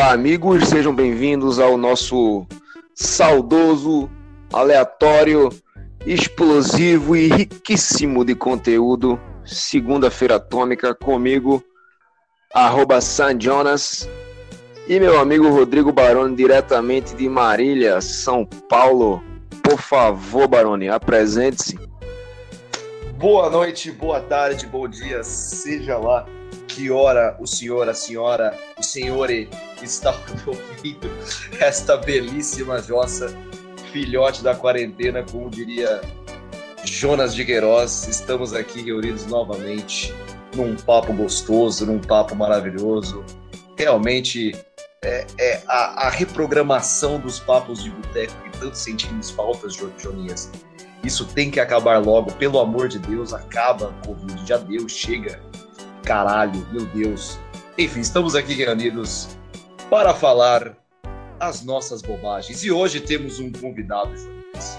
Olá, amigos, sejam bem-vindos ao nosso saudoso, aleatório, explosivo e riquíssimo de conteúdo Segunda-feira Atômica comigo, @SanJonas, e meu amigo Rodrigo Baroni, diretamente de Marília, São Paulo. Por favor, Baroni, apresente-se. Boa noite, boa tarde, bom dia, seja lá que hora o senhor, a senhora, o senhore está ouvindo esta belíssima jossa, filhote da quarentena, como diria Jonas de Queiroz. Estamos aqui reunidos novamente num papo gostoso, num papo maravilhoso. Realmente a reprogramação dos papos de boteco que tanto sentimos faltas, Joninhas. Isso tem que acabar logo, pelo amor de Deus, acaba a Covid, já deu, chega, caralho, meu Deus. Enfim, estamos aqui reunidos para falar as nossas bobagens. E hoje temos um convidado, Jonas.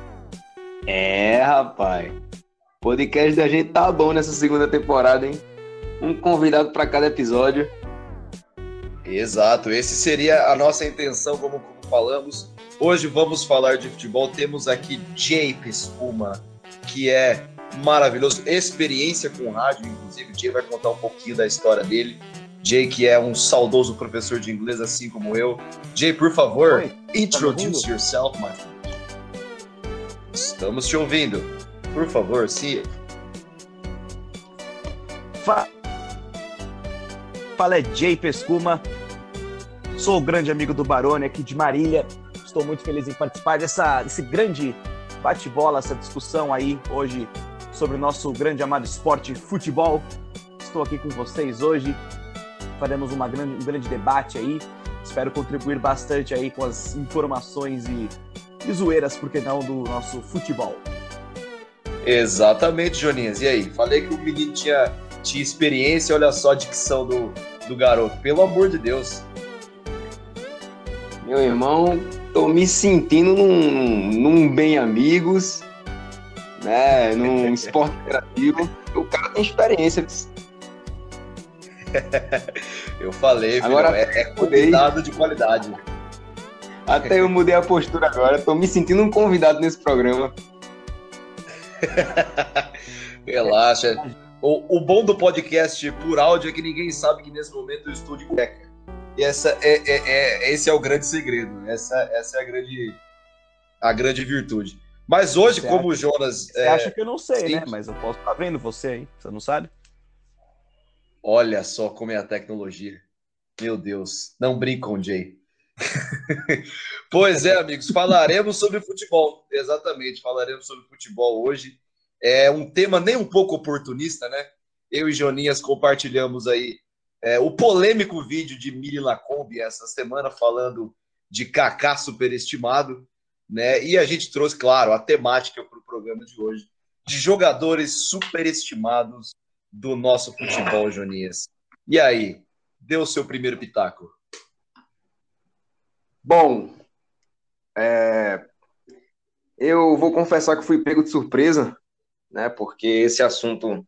Rapaz, o podcast da gente tá bom nessa segunda temporada, hein? Um convidado para cada episódio. Exato, esse seria a nossa intenção, como falamos. Hoje vamos falar de futebol. Temos aqui Jay Pescuma, que é maravilhoso, experiência com rádio, inclusive. Jay vai contar um pouquinho da história dele. Jay, que é um saudoso professor de inglês, assim como eu. Jay, por favor, introduce yourself, my friend. Estamos te ouvindo. Por favor, sim. Fala, é Jay Pescuma. Sou o grande amigo do Baroni aqui de Marília. Estou muito feliz em participar desse grande bate-bola, essa discussão aí hoje sobre o nosso grande amado esporte, futebol. Estou aqui com vocês hoje. Faremos um grande debate aí. Espero contribuir bastante aí com as informações e zoeiras, por que não, do nosso futebol. Exatamente, Joninhas. E aí? Falei que o menino tinha experiência, olha só a dicção do garoto. Pelo amor de Deus. Meu irmão, tô me sentindo num Bem Amigos, né? Num esporte interativo. O cara tem experiência. Eu falei, filho, agora é convidado de qualidade. Até eu mudei a postura agora. Tô me sentindo um convidado nesse programa. Relaxa. O bom do podcast por áudio é que ninguém sabe que nesse momento eu estou de cueca. E esse é o grande segredo. Essa é a grande virtude. Mas hoje, como o Jonas... Você acha que eu não sei, sim, né? Mas eu posso estar vendo você aí. Você não sabe? Olha só como é a tecnologia. Meu Deus. Não brinca com o Jay. Pois é, amigos. Falaremos sobre futebol. Exatamente. Falaremos sobre futebol hoje. É um tema nem um pouco oportunista, né? Eu e Joninhas compartilhamos aí o polêmico vídeo de Mili Lacombe essa semana falando de Kaká superestimado, né? E a gente trouxe, claro, a temática para o programa de hoje de jogadores superestimados do nosso futebol, Joninhas. E aí, dê o seu primeiro pitaco. Bom, eu vou confessar que fui pego de surpresa, né? Porque esse assunto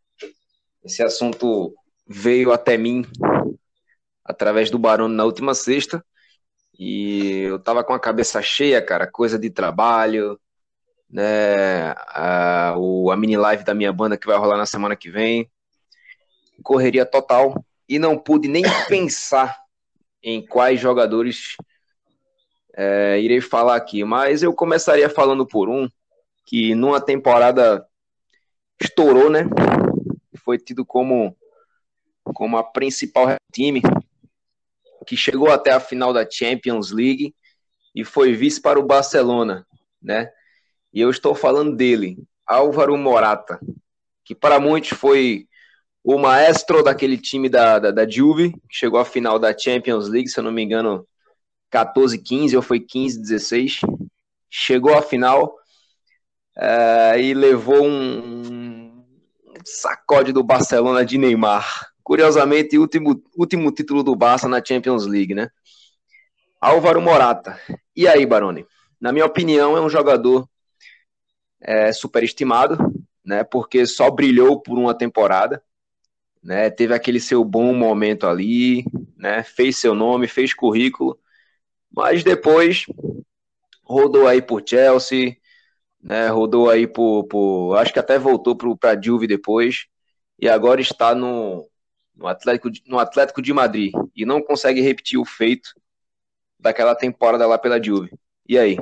veio até mim através do Baroni na última sexta, e eu tava com a cabeça cheia, cara, coisa de trabalho, né? A mini live da minha banda que vai rolar na semana que vem, correria total, e não pude nem pensar em quais jogadores irei falar aqui, mas eu começaria falando por um que numa temporada estourou, né? Foi tido como a principal time, que chegou até a final da Champions League e foi vice para o Barcelona, né? E eu estou falando dele, Álvaro Morata, que para muitos foi o maestro daquele time da Juve, que chegou à final da Champions League, se eu não me engano, 14-15 ou foi 15-16, chegou à final e levou um sacode do Barcelona de Neymar. Curiosamente, último título do Barça na Champions League, né? Álvaro Morata. E aí, Baroni? Na minha opinião, é um jogador superestimado, né? Porque só brilhou por uma temporada, né? Teve aquele seu bom momento ali, né? Fez seu nome, fez currículo, mas depois rodou aí por Chelsea, né? Rodou aí acho que até voltou para Juve depois, e agora está no Atlético de Madrid, e não consegue repetir o feito daquela temporada lá pela Juve. E aí?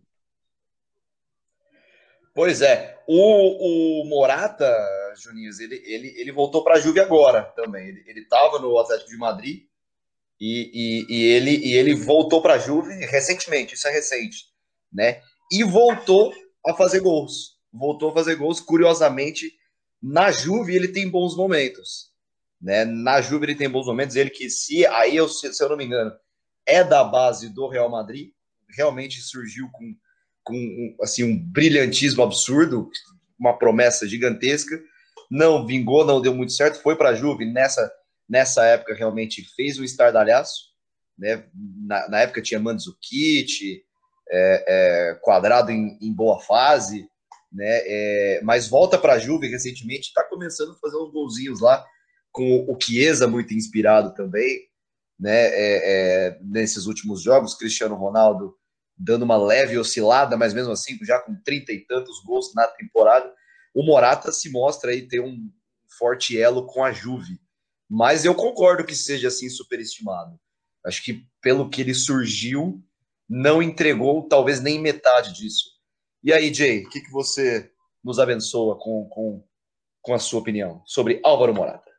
Pois é, o Morata, Juninho, ele voltou para a Juve agora também. Ele estava no Atlético de Madrid e ele voltou para a Juve recentemente, isso é recente, né? E voltou a fazer gols. Voltou a fazer gols, curiosamente, na Juve ele tem bons momentos, né? Na Juve ele tem bons momentos, ele que se eu não me engano, é da base do Real Madrid, realmente surgiu com assim, um brilhantismo absurdo, uma promessa gigantesca, não vingou, não deu muito certo, foi para a Juve nessa época realmente fez um estardalhaço, né? Na época tinha Mandzukic, Quadrado em boa fase, né? Mas volta para a Juve recentemente, está começando a fazer uns golzinhos lá, com o Chiesa muito inspirado também, né? Nesses últimos jogos, Cristiano Ronaldo dando uma leve oscilada, mas mesmo assim, já com 30 e tantos gols na temporada, o Morata se mostra aí ter um forte elo com a Juve. Mas eu concordo que seja assim superestimado. Acho que pelo que ele surgiu, não entregou talvez nem metade disso. E aí, Jay, o que você nos abençoa com a sua opinião sobre Álvaro Morata?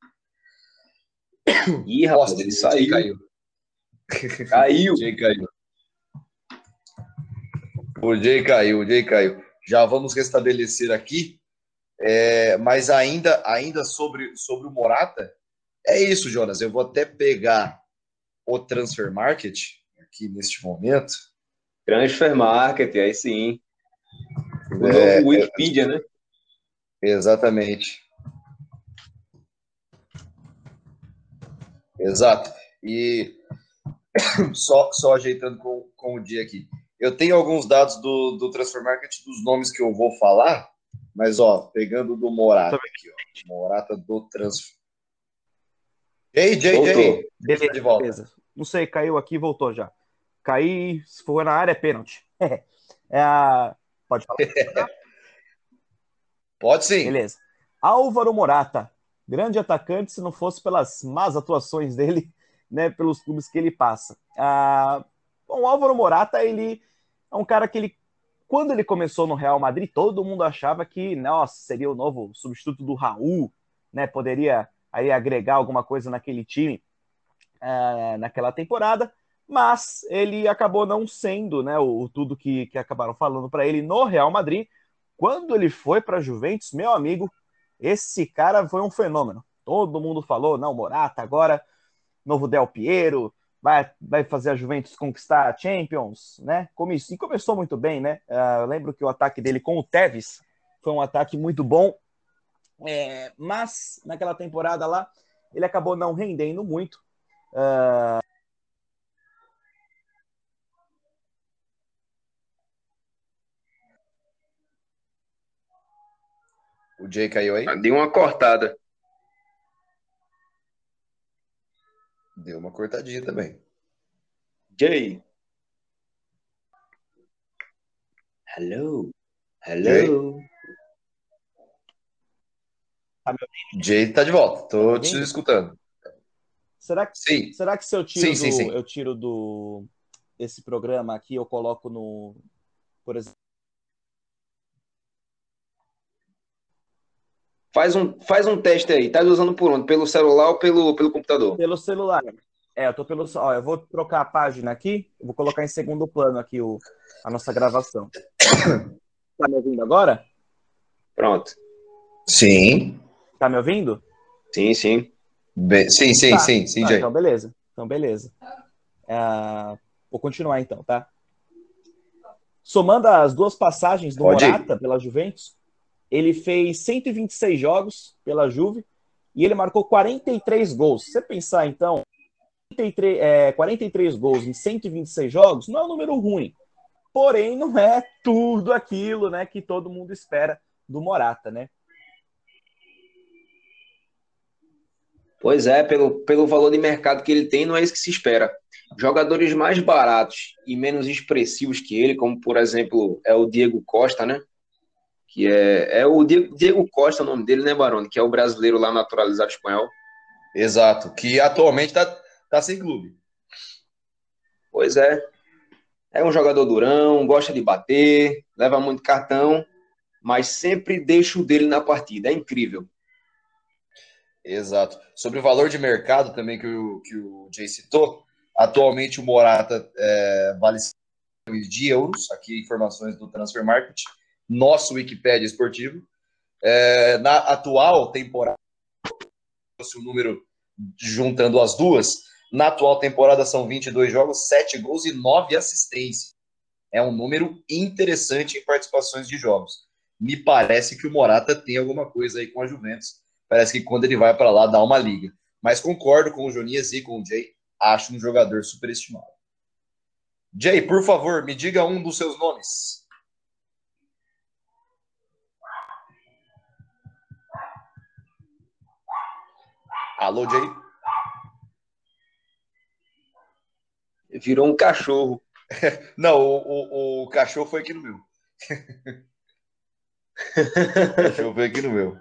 Ih, rapaz, ele O Jay saiu. Caiu. Jay caiu. O Jay caiu. Já vamos restabelecer aqui. Mas ainda sobre o Morata, é isso, Jonas. Eu vou até pegar o Transfer Market aqui neste momento. Transfer Market, aí sim. O novo Wikipedia, né? Exatamente. Exato. E só ajeitando com o dia aqui. Eu tenho alguns dados do Transfer Market dos nomes que eu vou falar, mas pegando do Morata aqui, Morata do Transfer. Jay. Beleza, De volta. beleza. Não sei, caiu aqui e voltou já. Cair, se for na área, é pênalti. Pode falar? Pode sim. Beleza. Álvaro Morata, grande atacante, se não fosse pelas más atuações dele, né, pelos clubes que ele passa. Bom, o Álvaro Morata, ele é um cara que quando ele começou no Real Madrid, todo mundo achava que, nossa, seria o novo substituto do Raul, né, poderia aí agregar alguma coisa naquele time naquela temporada, mas ele acabou não sendo, né, o tudo que acabaram falando para ele no Real Madrid. Quando ele foi para a Juventus, meu amigo, esse cara foi um fenômeno. Todo mundo falou, não, Morata agora, novo Del Piero, vai fazer a Juventus conquistar a Champions, né? E começou muito bem, né? Eu lembro que o ataque dele com o Tevez foi um ataque muito bom, mas naquela temporada lá, ele acabou não rendendo muito. O Jay caiu aí? Deu uma cortada. Deu uma cortadinha também. Jay. Hello. Jay? Jay tá de volta. Tô te escutando. Será que se eu tiro sim. eu tiro esse programa aqui, eu coloco no, por exemplo, Faz um teste aí. Tá usando por onde? Pelo celular ou pelo computador? Pelo celular. Eu tô pelo. Eu vou trocar a página aqui. Eu vou colocar em segundo plano aqui a nossa gravação. Tá me ouvindo agora? Pronto. Sim. Tá me ouvindo? Sim. Sim, Jay. Então, beleza. Vou continuar então, tá? Somando as duas passagens do Morata pela Juventus, ele fez 126 jogos pela Juve e ele marcou 43 gols. Se você pensar, então, 43 gols em 126 jogos não é um número ruim. Porém, não é tudo aquilo, né, que todo mundo espera do Morata, né? Pois é, pelo valor de mercado que ele tem, não é isso que se espera. Jogadores mais baratos e menos expressivos que ele, como por exemplo é o Diego Costa, né? Que é o Diego Costa, o nome dele, né, Baroni? Que é o brasileiro lá naturalizado espanhol. Exato, que atualmente tá sem clube. Pois é um jogador durão, gosta de bater, leva muito cartão, mas sempre deixa o dele na partida. É incrível. Exato. Sobre o valor de mercado também que o Jay citou, atualmente o Morata vale 5 milhões de euros, aqui informações do Transfer Market, nosso Wikipédia esportivo. Na atual temporada, se o número juntando as duas, na atual temporada são 22 jogos, 7 gols e 9 assistências. É um número interessante em participações de jogos. Me parece que o Morata tem alguma coisa aí com a Juventus. Parece que quando ele vai para lá dá uma liga. Mas concordo com o Jonias e com o Jay. Acho um jogador superestimado. Jay, por favor, me diga um dos seus nomes. Alô, Jay? Virou um cachorro. Não, o cachorro foi aqui no meu. O cachorro foi aqui no meu.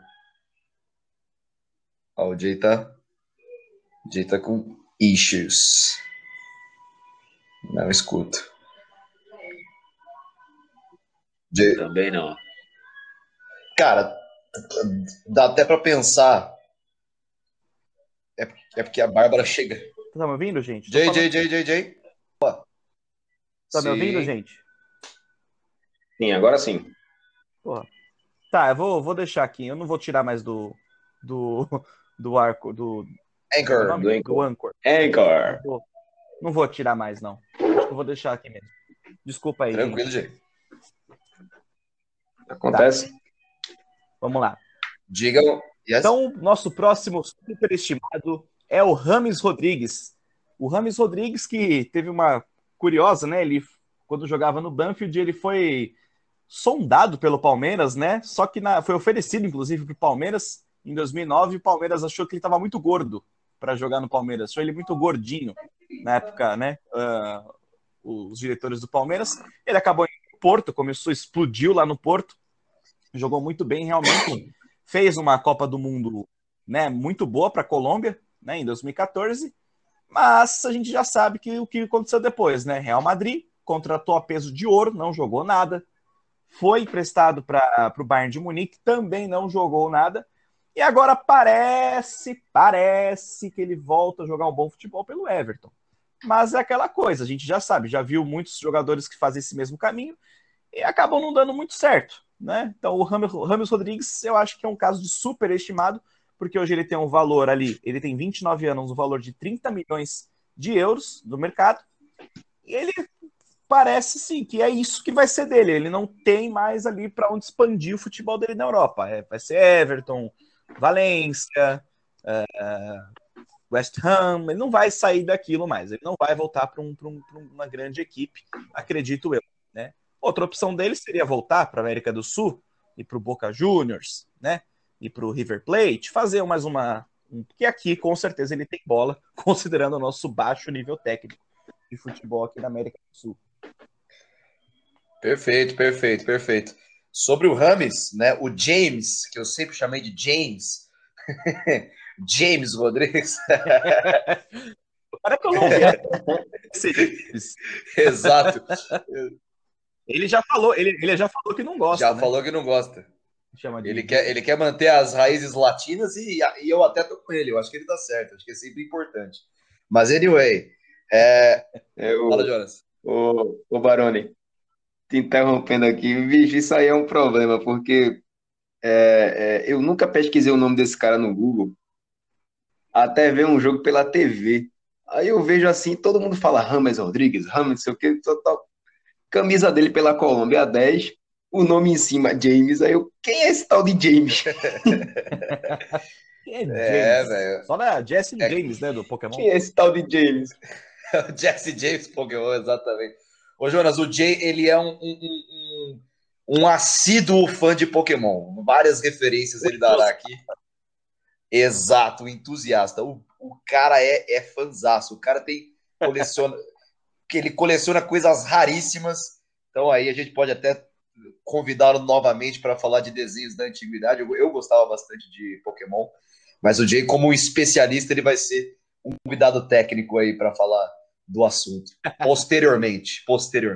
Ó, o Jay tá com issues. Não escuto. Jay, Também não. cara, dá até para pensar. É porque a Bárbara chega. Tá me ouvindo, gente? Jay. Tá me ouvindo, Sim. gente? Sim, agora sim. Porra. Tá, eu vou deixar aqui. Eu não vou tirar mais do, do arco, do Anchor. nome? Do Do Anchor. Anchor. Não vou tirar mais, não. Acho que eu vou deixar aqui mesmo. Desculpa aí, Tranquilo, gente. Jay. Acontece. Tá. Vamos lá. Diga. Yes. Então, nosso próximo superestimado é o Rames Rodrigues. O Rames Rodrigues que teve uma curiosa, né? Ele, quando jogava no Banfield, ele foi sondado pelo Palmeiras, né? Só que foi oferecido, inclusive, para o Palmeiras em 2009. E o Palmeiras achou que ele estava muito gordo para jogar no Palmeiras. Achou ele muito gordinho na época, né? Os diretores do Palmeiras. Ele acabou em Porto, explodiu lá no Porto. Jogou muito bem, realmente. Fez uma Copa do Mundo, né, muito boa para a Colômbia, né, em 2014. Mas a gente já sabe o que aconteceu depois, né? Real Madrid contratou a peso de ouro, não jogou nada. Foi emprestado para o Bayern de Munique, também não jogou nada. E agora parece que ele volta a jogar um bom futebol pelo Everton. Mas é aquela coisa, a gente já sabe, já viu muitos jogadores que fazem esse mesmo caminho e acabam não dando muito certo, né? Então o Rames Rodrigues eu acho que é um caso de superestimado, porque hoje ele tem um valor ali, ele tem 29 anos, um valor de 30 milhões de euros no mercado, e ele parece sim que é isso que vai ser dele. Ele não tem mais ali para onde expandir o futebol dele na Europa. Vai ser Everton, Valência, West Ham. Ele não vai sair daquilo mais. Ele não vai voltar para uma grande equipe, acredito eu, né? Outra opção dele seria voltar para a América do Sul e para o Boca Juniors, né? E para o River Plate, fazer mais uma. Porque aqui, com certeza, ele tem bola, considerando o nosso baixo nível técnico de futebol aqui na América do Sul. Perfeito. Sobre o Rames, né? O James, que eu sempre chamei de James. James Rodrigues. Para colombiano. Exato. Ele já falou que não gosta. Já falou que não gosta. Chama de... ele quer manter as raízes latinas e eu até tô com ele. Eu acho que ele tá certo. Acho que é sempre importante. Mas, anyway. Fala, Jonas. O Baroni, te interrompendo aqui, bicho, isso aí é um problema, porque eu nunca pesquisei o nome desse cara no Google, até ver um jogo pela TV. Aí eu vejo assim, todo mundo fala Rames Rodrigues, Rames, não sei o que, total. Camisa dele pela Colômbia 10, o nome em cima, James. Aí quem é esse tal de James? Quem é James? Velho. Só da Jesse James, né, do Pokémon. Quem é esse tal de James? Jesse James Pokémon, exatamente. Ô, Jonas, o Jay, ele é um assíduo fã de Pokémon. Várias referências ele dará aqui. Exato, o entusiasta. O cara é fanzaço. O cara coleciona coisas raríssimas. Então aí a gente pode até convidá-lo novamente para falar de desenhos da antiguidade. Eu gostava bastante de Pokémon, mas o Jay, como um especialista, ele vai ser um convidado técnico aí para falar do assunto. Posteriormente.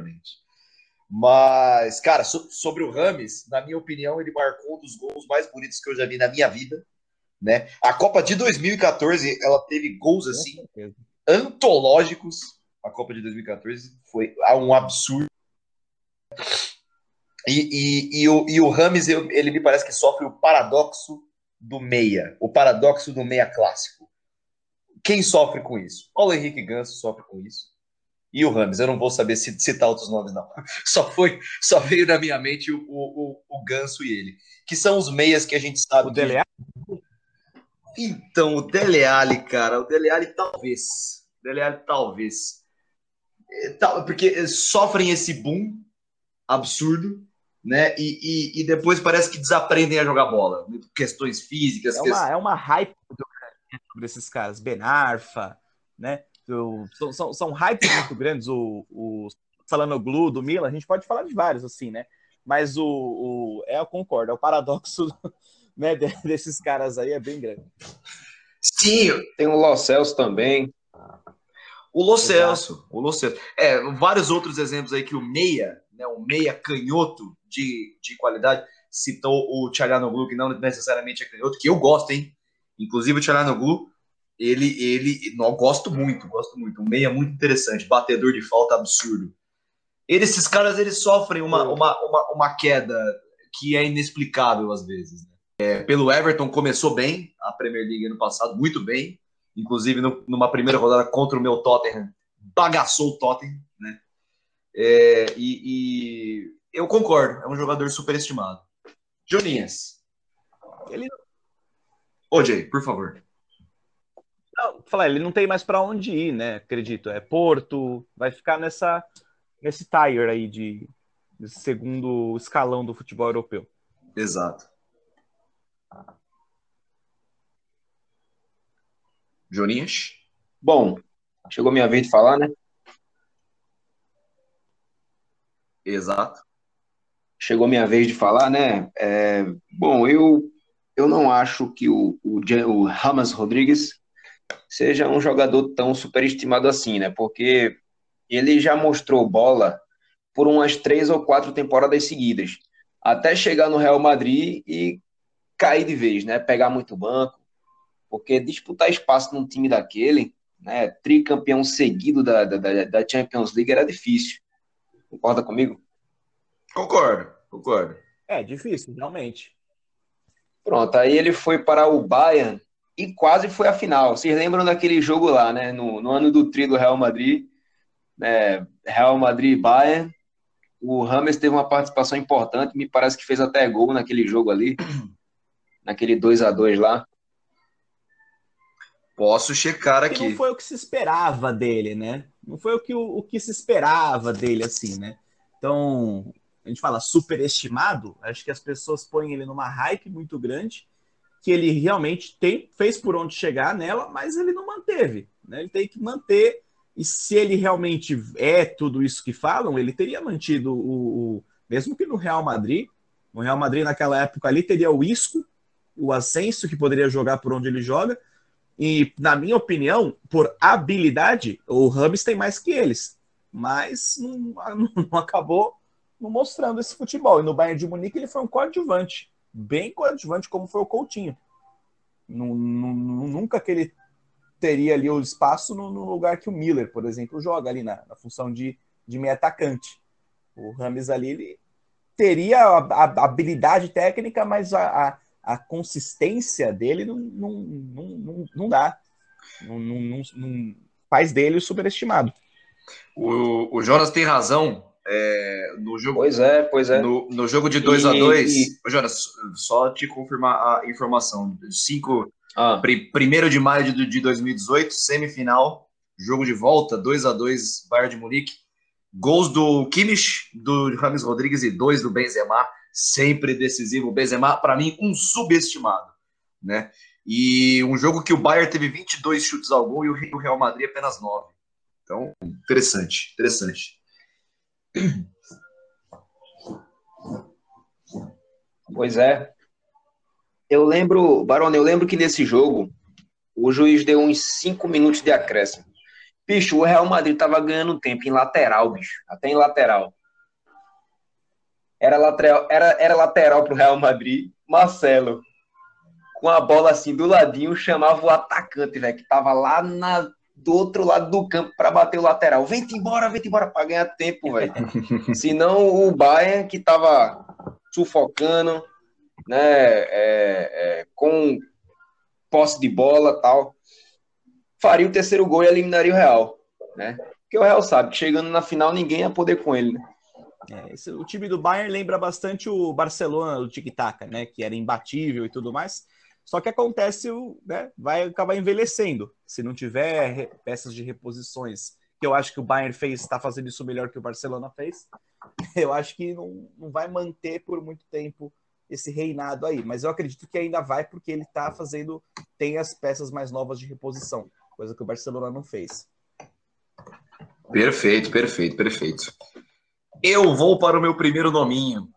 Mas, cara, sobre o Rames, na minha opinião, ele marcou um dos gols mais bonitos que eu já vi na minha vida, né? A Copa de 2014, ela teve gols assim antológicos. A Copa de 2014 foi um absurdo. E o Rames, ele me parece que sofre o paradoxo do meia, o paradoxo do meia clássico. Quem sofre com isso? Paulo Henrique Ganso sofre com isso. E o Rames, eu não vou saber citar outros nomes, não. Só veio na minha mente o Ganso e ele, que são os meias que a gente sabe. O Dele Alli? Então, o Dele Alli, cara, o Dele Alli talvez. Porque sofrem esse boom absurdo, né? E depois parece que desaprendem a jogar bola. Questões físicas. É uma hype sobre esses caras. Ben Arfa, né? São hypes muito grandes. O Çalhanoğlu do Milan, a gente pode falar de vários, assim, né? Mas eu concordo, é o paradoxo, né, desses caras aí é bem grande. Sim, tem o Lo Celso também. O Lo Celso. Vários outros exemplos aí que o meia, né, o meia canhoto de qualidade, citou o Çalhanoğlu, que não necessariamente é canhoto, que eu gosto, hein? Inclusive o Çalhanoğlu, não, gosto muito. Um meia muito interessante, batedor de falta absurdo. Esses caras, eles sofrem uma queda que é inexplicável às vezes, né? Pelo Everton começou bem, a Premier League ano passado, muito bem. Inclusive, numa primeira rodada contra o meu Tottenham, bagaçou o Tottenham, né? E eu concordo, é um jogador superestimado. Joninhas. Ô, Jay, por favor. Ele não tem mais para onde ir, né? Acredito. É Porto, vai ficar nesse tire aí desse segundo escalão do futebol europeu. Exato. Joninhas? Bom, chegou minha vez de falar, né? Exato. Chegou minha vez de falar, né? Bom, eu não acho que o James Rodrigues seja um jogador tão superestimado assim, né? Porque ele já mostrou bola por umas 3 ou 4 temporadas seguidas, até chegar no Real Madrid e cair de vez, né? Pegar muito banco, porque disputar espaço num time daquele, né? Tricampeão seguido da Champions League era difícil. Concorda comigo? Concordo. É difícil, realmente. Pronto, aí ele foi para o Bayern e quase foi à final. Vocês lembram daquele jogo lá, né? No ano do tri do Real Madrid, né? Real Madrid e Bayern. O Rames teve uma participação importante, me parece que fez até gol naquele jogo ali, naquele 2-2 lá. Posso checar aqui. Que não foi o que se esperava dele, né? Não foi o que se esperava dele, assim, né? Então, a gente fala superestimado, acho que as pessoas põem ele numa hype muito grande, que ele realmente fez por onde chegar nela, mas ele não manteve, né? Ele tem que manter, e se ele realmente é tudo isso que falam, ele teria mantido mesmo que no Real Madrid naquela época ali teria o Isco, o Asensio, que poderia jogar por onde ele joga, e na minha opinião, por habilidade, o Rames tem mais que eles, mas não acabou não mostrando esse futebol. E no Bayern de Munique ele foi um coadjuvante, bem coadjuvante, como foi o Coutinho. Nunca que ele teria ali o espaço no lugar que o Miller, por exemplo, joga ali na função de meio atacante. O Rames ali, ele teria a habilidade técnica, mas a consistência dele não dá. Não faz dele o superestimado. O Jonas tem razão. No jogo, Pois é. No jogo de 2-2, Jonas, só te confirmar a informação. 1 de maio de 2018, semifinal, jogo de volta, 2-2, Bayern de Munique. Gols do Kimmich, do James Rodrigues e 2 do Benzema, sempre decisivo. O Benzema, para mim, um subestimado, né? E um jogo que o Bayern teve 22 chutes ao gol e o Real Madrid apenas 9. Então, interessante, interessante. Pois é. Eu lembro que nesse jogo o juiz deu uns 5 minutos de acréscimo. Bicho, o Real Madrid tava ganhando tempo em lateral, bicho. Até em lateral. Era lateral pro Real Madrid. Marcelo, com a bola assim do ladinho, chamava o atacante, velho, que tava lá do outro lado do campo para bater o lateral. Vem-te embora, para ganhar tempo, velho. Senão o Bayern, que tava sufocando, né, com posse de bola e tal, faria o terceiro gol e eliminaria o Real, né? Porque o Real sabe que chegando na final ninguém ia poder com ele, né? O time do Bayern lembra bastante o Barcelona do Tiki-Taka, né? Que era imbatível e tudo mais. Só que acontece, né, vai acabar envelhecendo. Se não tiver peças de reposições, que eu acho que o Bayern está fazendo isso melhor que o Barcelona fez, eu acho que não vai manter por muito tempo esse reinado aí. Mas eu acredito que ainda vai, porque ele tem as peças mais novas de reposição, coisa que o Barcelona não fez. Perfeito. Eu vou para o meu primeiro nominho.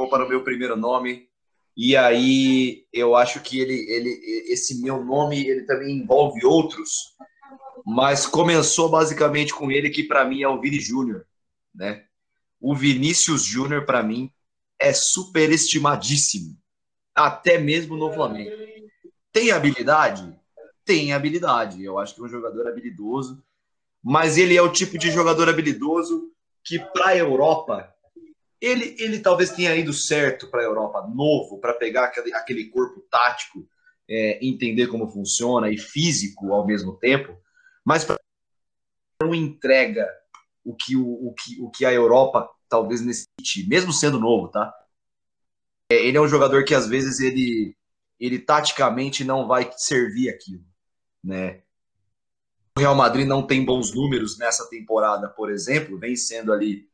E aí eu acho que esse meu nome ele também envolve outros, mas começou basicamente com ele, que para mim é o Vini Júnior, né? O Vinícius Júnior para mim é superestimadíssimo, até mesmo no Flamengo. Tem habilidade? Tem habilidade. Eu acho que é um jogador habilidoso, mas ele é o tipo de jogador habilidoso que para a Europa ele talvez tenha ido certo para a Europa, novo, para pegar aquele corpo tático, entender como funciona e físico ao mesmo tempo, mas não entrega o que a Europa talvez necessite, mesmo sendo novo, tá? Ele é um jogador que às vezes ele taticamente não vai servir aquilo, né? O Real Madrid não tem bons números nessa temporada, por exemplo, vem sendo ali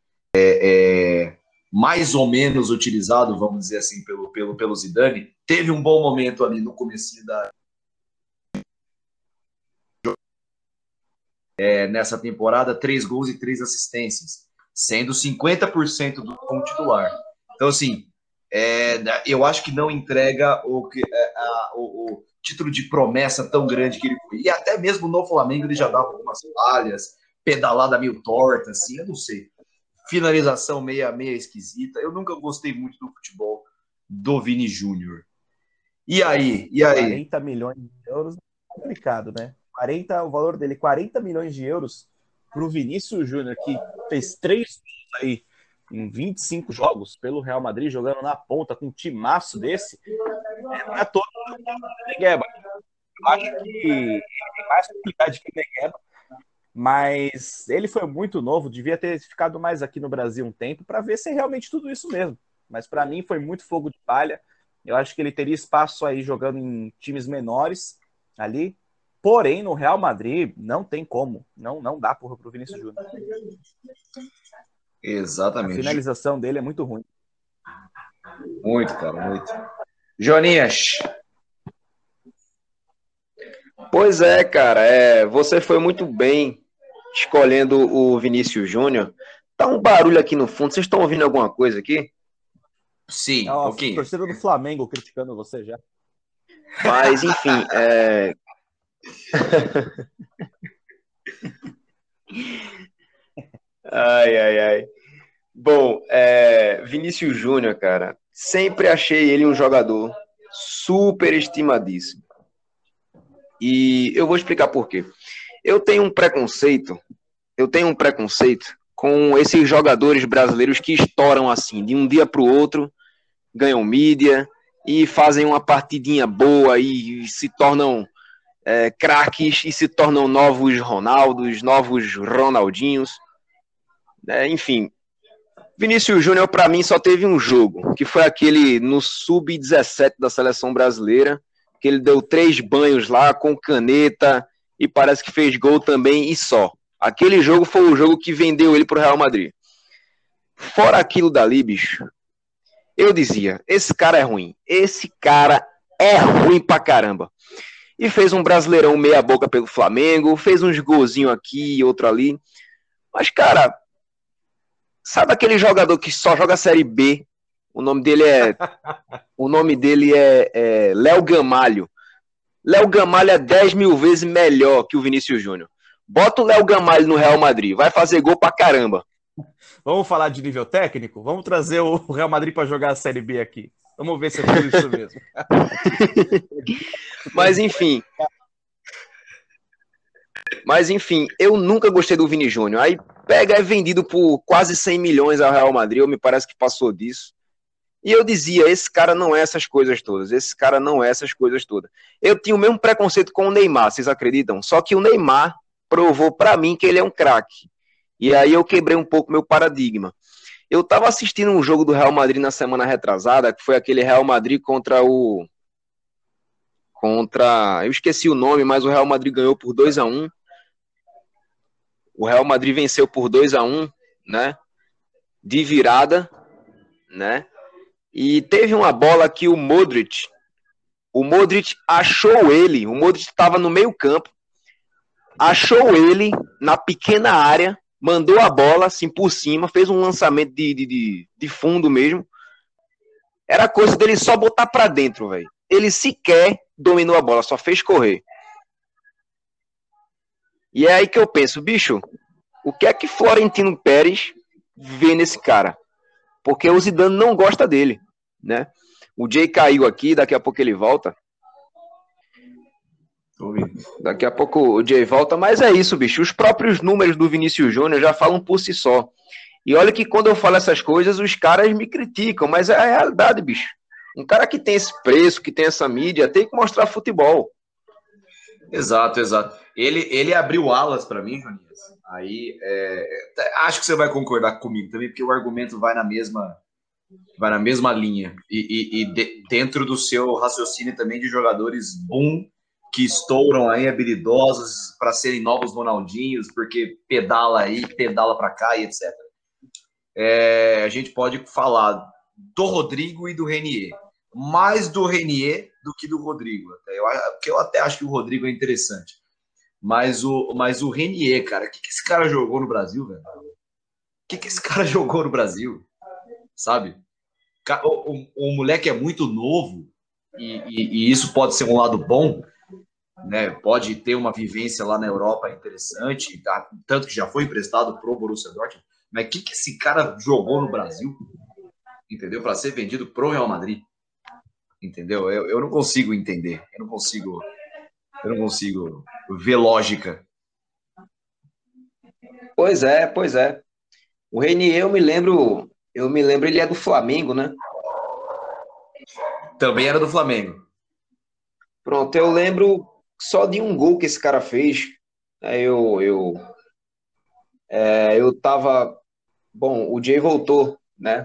mais ou menos utilizado, vamos dizer assim, pelo Zidane. Teve um bom momento ali no começo nessa temporada, 3 gols e 3 assistências, sendo 50% como titular. Então, assim, eu acho que não entrega o título de promessa tão grande que ele foi. E até mesmo no Flamengo ele já dava algumas falhas, pedalada meio torta, assim, eu não sei. Finalização meia esquisita. Eu nunca gostei muito do futebol do Vini Júnior. E aí? 40 milhões de euros é complicado, né? O valor dele, 40 milhões de euros para o Vinícius Júnior, que fez 3 gols aí em 25 jogos pelo Real Madrid, jogando na ponta com um timaço desse, não é todo o Negueba. Eu acho que ele tem mais qualidade que o Negueba, mas ele foi muito novo, devia ter ficado mais aqui no Brasil um tempo para ver se é realmente tudo isso mesmo. Mas para mim foi muito fogo de palha. Eu acho que ele teria espaço aí jogando em times menores ali. Porém, no Real Madrid, não tem como. Não dá pro Vinícius Júnior. Exatamente. A finalização dele é muito ruim. Muito, cara, muito. Joninhas. Pois é, cara. Você foi muito bem escolhendo o Vinícius Júnior. Tá um barulho aqui no fundo. Vocês estão ouvindo alguma coisa aqui? Sim, um pouquinho. Torcedor do Flamengo criticando você já. Mas, enfim, Ai. Bom, Vinícius Júnior, cara, sempre achei ele um jogador super estimadíssimo. E eu vou explicar por quê. Eu tenho um preconceito com esses jogadores brasileiros que estouram assim, de um dia para o outro, ganham mídia e fazem uma partidinha boa e se tornam craques e se tornam novos Ronaldos, novos Ronaldinhos. Enfim, Vinícius Júnior, para mim, só teve um jogo, que foi aquele no Sub-17 da seleção brasileira, que ele deu 3 banhos lá com caneta e parece que fez gol também e só. Aquele jogo foi o jogo que vendeu ele pro Real Madrid. Fora aquilo dali, bicho, eu dizia, esse cara é ruim. Esse cara é ruim pra caramba. e fez um Brasileirão meia boca pelo Flamengo, fez uns golzinhos aqui e outro ali. Mas, cara, sabe aquele jogador que só joga Série B? O nome dele é Léo Gamalho. Léo Gamalho é 10 mil vezes melhor que o Vinícius Júnior. Bota o Léo Gamalho no Real Madrid, vai fazer gol pra caramba. Vamos falar de nível técnico? Vamos trazer o Real Madrid para jogar a Série B aqui. Vamos ver se é tudo isso mesmo. Mas enfim, eu nunca gostei do Vini Júnior. Aí pega, é vendido por quase 100 milhões ao Real Madrid, ou me parece que passou disso. E eu dizia, esse cara não é essas coisas todas, esse cara não é essas coisas todas. Eu tinha o mesmo preconceito com o Neymar, vocês acreditam? Só que o Neymar provou pra mim que ele é um craque. E aí eu quebrei um pouco meu paradigma. Eu tava assistindo um jogo do Real Madrid na semana retrasada, que foi aquele Real Madrid eu esqueci o nome, mas o Real Madrid ganhou por 2-1. O Real Madrid venceu por 2-1, né? De virada, né? E teve uma bola que o Modric achou ele, o Modric estava no meio campo, achou ele na pequena área, mandou a bola assim por cima, fez um lançamento de fundo mesmo. Era coisa dele só botar pra dentro, velho. Ele sequer dominou a bola, só fez correr. E é aí que eu penso, bicho, o que é que Florentino Pérez vê nesse cara? Porque o Zidane não gosta dele, né? O Jay caiu aqui, daqui a pouco ele volta. Daqui a pouco o Jay volta, mas é isso, bicho. Os próprios números do Vinícius Júnior já falam por si só. E olha que quando eu falo essas coisas, os caras me criticam, mas é a realidade, bicho. Um cara que tem esse preço, que tem essa mídia, tem que mostrar futebol. Exato. Ele abriu alas para mim, Jonias. Aí, acho que você vai concordar comigo também, porque o argumento vai na mesma linha. Dentro do seu raciocínio também de jogadores boom, que estouram aí, habilidosos para serem novos Ronaldinhos, porque pedala aí, pedala para cá e etc. A gente pode falar do Rodrigo e do Renier. Mais do Renier do que do Rodrigo. Porque eu até acho que o Rodrigo é interessante. Mas o Renier, cara, o que esse cara jogou no Brasil, velho? O que esse cara jogou no Brasil? Sabe? O moleque é muito novo e isso pode ser um lado bom, né? Pode ter uma vivência lá na Europa interessante, tá? Tanto que já foi emprestado pro Borussia Dortmund. Mas o que esse cara jogou no Brasil? Entendeu? Para ser vendido pro Real Madrid. Entendeu? Eu não consigo entender. Eu não consigo ver lógica. Pois é. O Renier, eu me lembro, ele é do Flamengo, né? Também era do Flamengo. Pronto, eu lembro só de um gol que esse cara fez. Eu tava... Bom, o Jay voltou, né?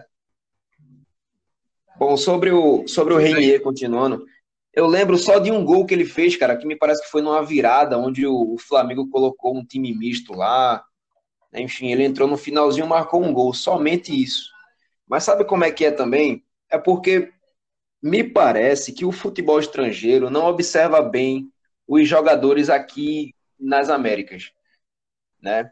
Bom, sobre o Renier, continuando, eu lembro só de um gol que ele fez, cara, que me parece que foi numa virada, onde o Flamengo colocou um time misto lá. Enfim, ele entrou no finalzinho e marcou um gol, somente isso. Mas sabe como é que é também? É porque me parece que o futebol estrangeiro não observa bem os jogadores aqui nas Américas, né?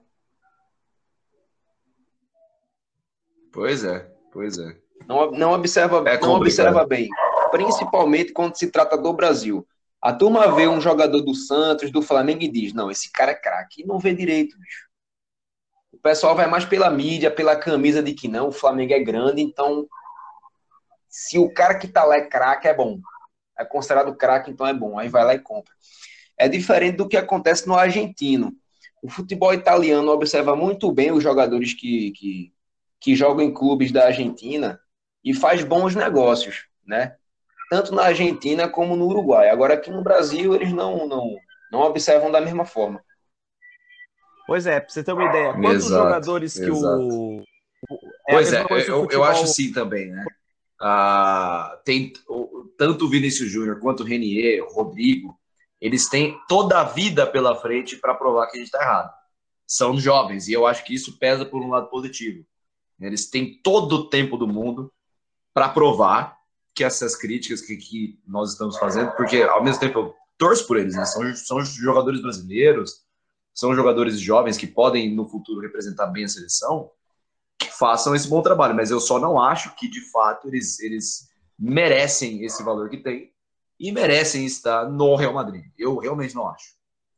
Pois é. Não observa bem, principalmente quando se trata do Brasil. A turma vê um jogador do Santos, do Flamengo e diz, não, esse cara é craque, e não vê direito, bicho. O pessoal vai mais pela mídia, pela camisa de que não, o Flamengo é grande, então se o cara que tá lá é craque, é bom. É considerado craque, então é bom. Aí vai lá e compra. É diferente do que acontece no argentino. O futebol italiano observa muito bem os jogadores que jogam em clubes da Argentina e faz bons negócios, né? Tanto na Argentina como no Uruguai. Agora aqui no Brasil eles não observam da mesma forma. Pois é, pra você ter uma ideia, quantos jogadores que o... Pois é, eu acho sim também, né? Tem tanto o Vinícius Júnior quanto o Renier, o Rodrigo, eles têm toda a vida pela frente para provar que a gente está errado. São jovens, e eu acho que isso pesa por um lado positivo. Eles têm todo o tempo do mundo para provar que essas críticas que nós estamos fazendo, porque ao mesmo tempo torço por eles, né? São jogadores brasileiros, são jogadores jovens que podem, no futuro, representar bem a seleção, que façam esse bom trabalho. Mas eu só não acho que, de fato, eles merecem esse valor que tem e merecem estar no Real Madrid. Eu realmente não acho.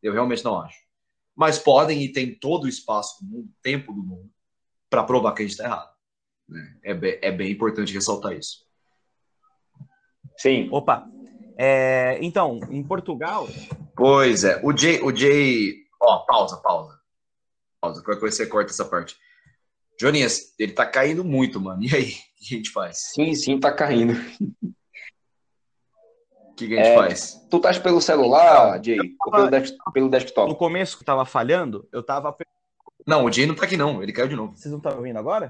Mas podem e tem todo o espaço do mundo, tempo do mundo, para provar que a gente está errado. Né? É bem importante ressaltar isso. Sim. Opa. Então, em Portugal... Pois é. O Jay... Ó, pausa. Qualquer coisa você corta essa parte. Joninhas, ele tá caindo muito, mano. E aí? O que a gente faz? Sim, tá caindo. O que a gente faz? Tu estás pelo celular, Jay? Ou pelo desktop? No começo que tava falhando, eu tava... Não, o Jay não tá aqui não. Ele caiu de novo. Vocês não estão ouvindo agora?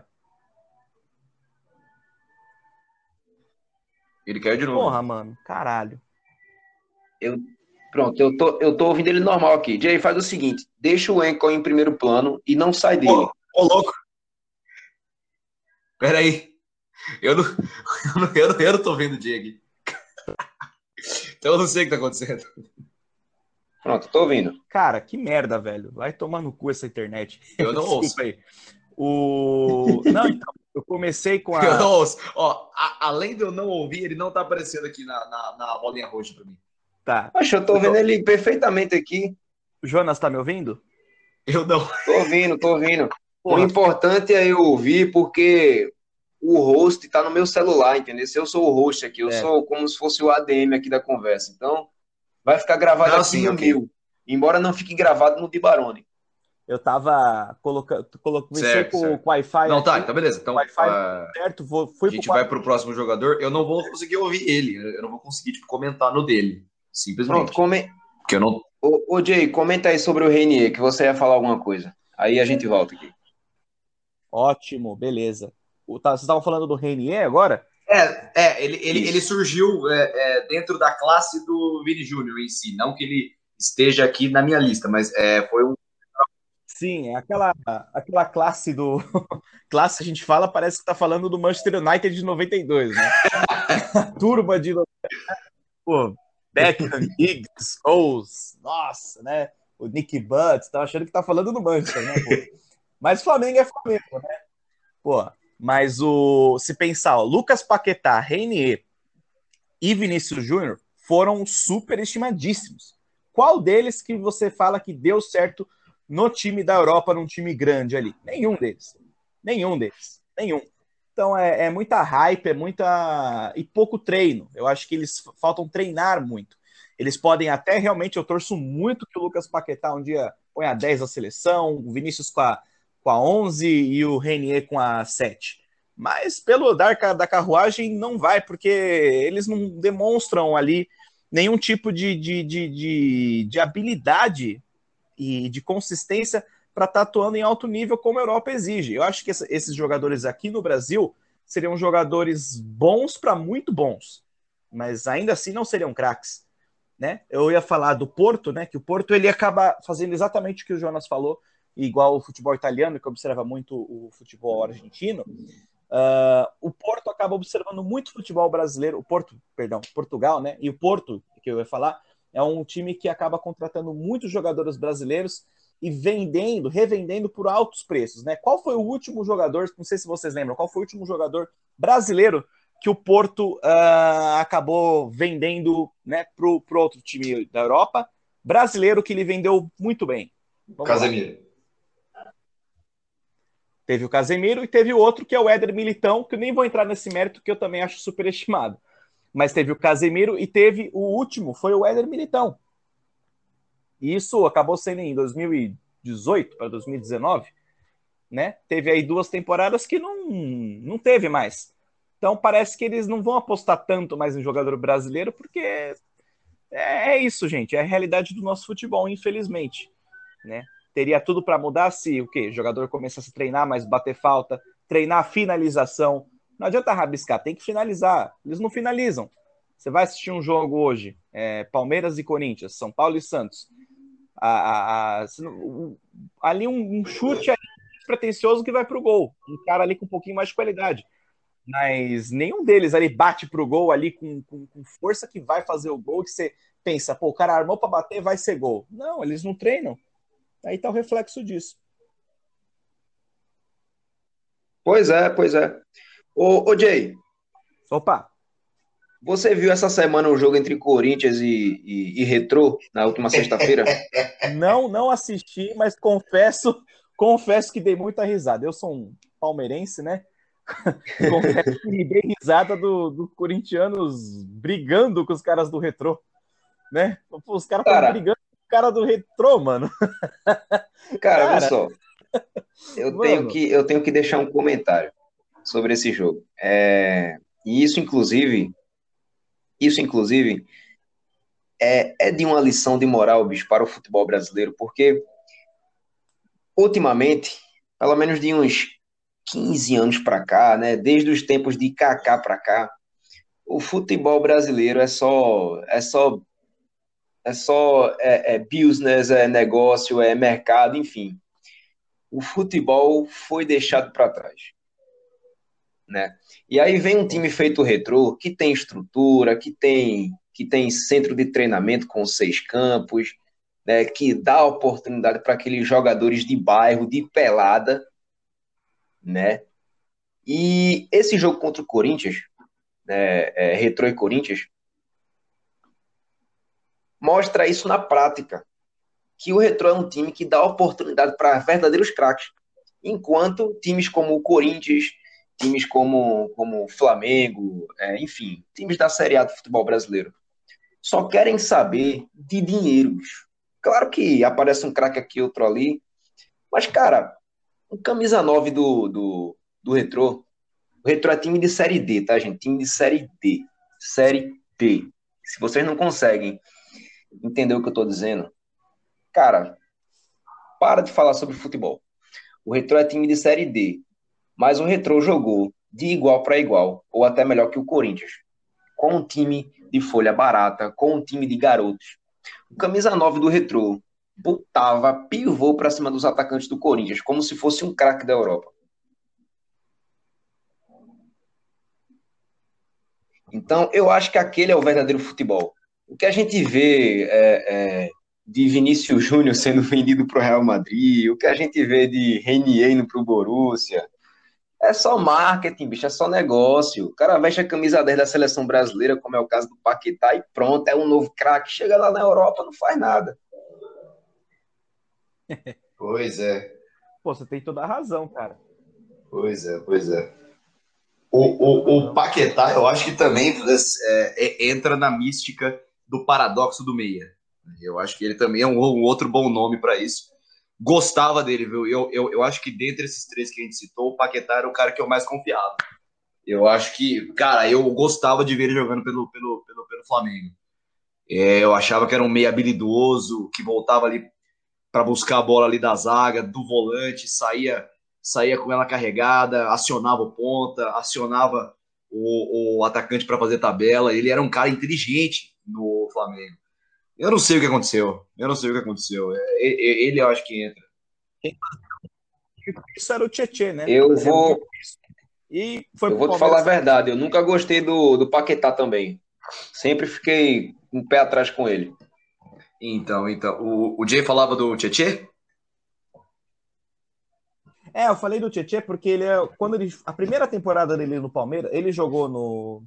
Ele caiu de novo. Porra, mano. Caralho. Pronto, eu tô ouvindo ele normal aqui. Jay, faz o seguinte. Deixa o Anchor em primeiro plano e não sai dele. Ô, louco. Peraí. Eu não tô vendo o Jay aqui. Então eu não sei o que tá acontecendo. Pronto, tô ouvindo. Cara, que merda, velho. Vai tomar no cu essa internet. Eu não ouço. Aí. Não, então, eu comecei com a... Eu não ouço. Ó, além de eu não ouvir, ele não tá aparecendo aqui na bolinha roxa pra mim. Tá. Poxa, eu tô vendo ele perfeitamente aqui. O Jonas tá me ouvindo? Eu não. Tô ouvindo. Porra. O importante é eu ouvir, porque o host tá no meu celular, entendeu? Se eu sou o host aqui, eu sou como se fosse o ADM aqui da conversa. Então, vai ficar gravado aqui no meu. Embora não fique gravado no de Barone. Eu tava comecei com o Wi-Fi. Não, tá beleza. Então, Wi-Fi certo, a gente vai pro próximo jogador. Eu não vou conseguir ouvir ele. Eu não vou conseguir comentar no dele. Simplesmente. Pronto, porque eu não... Ô, Jay, comenta aí sobre o Reinier, que você ia falar alguma coisa. Aí a gente volta aqui. Ótimo, beleza. Vocês estavam falando do Reinier agora? Ele surgiu dentro da classe do Vini Júnior em si. Não que ele esteja aqui na minha lista, mas foi um... Sim, aquela classe do... classe, a gente fala, parece que tá falando do Manchester United de 92, né? Turma de... Pô, Beckham, Higgs, Scholes, nossa, né? O Nick Butt, tá achando que tá falando do Manchester, né, pô? Mas Flamengo é Flamengo, né? Pô, mas se pensar, ó, Lucas Paquetá, Reinier e Vinícius Júnior foram superestimadíssimos. Qual deles que você fala que deu certo no time da Europa, num time grande ali? Nenhum deles. Então é muita hype, e pouco treino. Eu acho que eles faltam treinar muito. Eles podem até realmente, eu torço muito que o Lucas Paquetá um dia ponha a 10 da seleção, o Vinícius com a 11 e o Reinier com a 7. Mas pelo dar da carruagem não vai, porque eles não demonstram ali nenhum tipo de habilidade e de consistência para estar atuando em alto nível como a Europa exige. Eu acho que esses jogadores aqui no Brasil seriam jogadores bons para muito bons, mas ainda assim não seriam craques, né? Eu ia falar do Porto, né? Que o Porto ele acaba fazendo exatamente o que o Jonas falou, igual o futebol italiano, que observa muito o futebol argentino. O Porto acaba observando muito futebol brasileiro, Portugal, né? E o Porto, que eu ia falar, é um time que acaba contratando muitos jogadores brasileiros e revendendo por altos preços, né? Qual foi o último jogador, não sei se vocês lembram, qual foi o último jogador brasileiro que o Porto acabou vendendo, né, pro outro time da Europa, brasileiro que ele vendeu muito bem? Casemiro. Teve o Casemiro e teve o outro que é o Éder Militão, que eu nem vou entrar nesse mérito, que eu também acho superestimado. Mas teve o Casemiro e teve o último, foi o Éder Militão. E isso acabou sendo em 2018 para 2019, né? Teve aí 2 temporadas que não teve mais. Então parece que eles não vão apostar tanto mais em jogador brasileiro, porque é isso, gente. É a realidade do nosso futebol, infelizmente, né? Teria tudo para mudar se o jogador começasse a treinar, mas bater falta, treinar a finalização. Não adianta rabiscar, tem que finalizar. Eles não finalizam. Você vai assistir um jogo hoje, Palmeiras e Corinthians, São Paulo e Santos. Ali um chute pretensioso que vai pro gol. Um cara ali com um pouquinho mais de qualidade. Mas nenhum deles ali bate pro gol ali com força que vai fazer o gol, que você pensa, pô, o cara armou para bater, vai ser gol. Não, eles não treinam. Aí tá o reflexo disso. Pois é, pois é. Ô Jay, Opa, você viu essa semana o jogo entre Corinthians e Retrô na última sexta-feira? não assisti, mas confesso que dei muita risada. Eu sou um palmeirense, né? Confesso que me dei risada dos corintianos brigando com os caras do Retrô, né? Pô, os caras estão Cara, brigando com o cara do Retrô, mano. cara, vê Cara, só. mano, Eu tenho que deixar um comentário sobre esse jogo. E isso inclusive é de uma lição de moral, bicho, para o futebol brasileiro, porque ultimamente, pelo menos de uns 15 anos para cá, né, desde os tempos de Kaká para cá, o futebol brasileiro é business, é negócio, é mercado, enfim. O futebol foi deixado para trás, né? E aí vem um time feito Retrô, que tem estrutura, que tem centro de treinamento com 6 campos, né, que dá oportunidade para aqueles jogadores de bairro, de pelada, né? E esse jogo contra o Corinthians, né, Retrô e Corinthians, mostra isso na prática, que o Retrô é um time que dá oportunidade para verdadeiros craques, enquanto times como o Corinthians, times como o Flamengo, enfim, times da Série A do futebol brasileiro, só querem saber de dinheiros. Claro que aparece um craque aqui, outro ali, mas, cara, o camisa 9 do Retrô, o Retrô é time de Série D, tá, gente? Time de Série D. Série D. Se vocês não conseguem entender o que eu tô dizendo, cara, para de falar sobre futebol. O Retrô é time de Série D, mas o Retrô jogou de igual para igual, ou até melhor que o Corinthians, com um time de folha barata, com um time de garotos. O camisa 9 do Retrô botava pivô para cima dos atacantes do Corinthians, como se fosse um craque da Europa. Então, eu acho que aquele é o verdadeiro futebol. O que a gente vê de Vinícius Júnior sendo vendido para o Real Madrid, o que a gente vê de Renier indo para o Borussia, é só marketing, bicho, é só negócio. O cara veste a camisa 10 da seleção brasileira, como é o caso do Paquetá, e pronto, é um novo craque. Chega lá na Europa, não faz nada. Pois é, pô, você tem toda a razão, cara. pois é, pois é. Tem toda a O razão. Paquetá, eu acho que também entra na mística do paradoxo do meia. Eu acho que ele também é um outro bom nome para isso. Gostava dele, viu? Eu acho que dentre esses três que a gente citou, o Paquetá era o cara que eu mais confiava. Eu acho que, cara, eu gostava de ver ele jogando pelo Flamengo. Eu achava que era um meia habilidoso, que voltava ali para buscar a bola ali da zaga, do volante, saía com ela carregada, acionava o ponta, acionava o atacante para fazer tabela. Ele era um cara inteligente no Flamengo. Eu não sei o que aconteceu. Eu não sei o que aconteceu. Ele eu acho que entra. Isso era o Tietê, né? Eu Fazia muito vou, isso. E foi eu pro vou te falar a Palmeiras. verdade, eu nunca gostei do Paquetá também. Sempre fiquei um pé atrás com ele. Então, o Jay falava do Tietê? Eu falei do Tietê porque quando a primeira temporada dele no Palmeiras, ele jogou no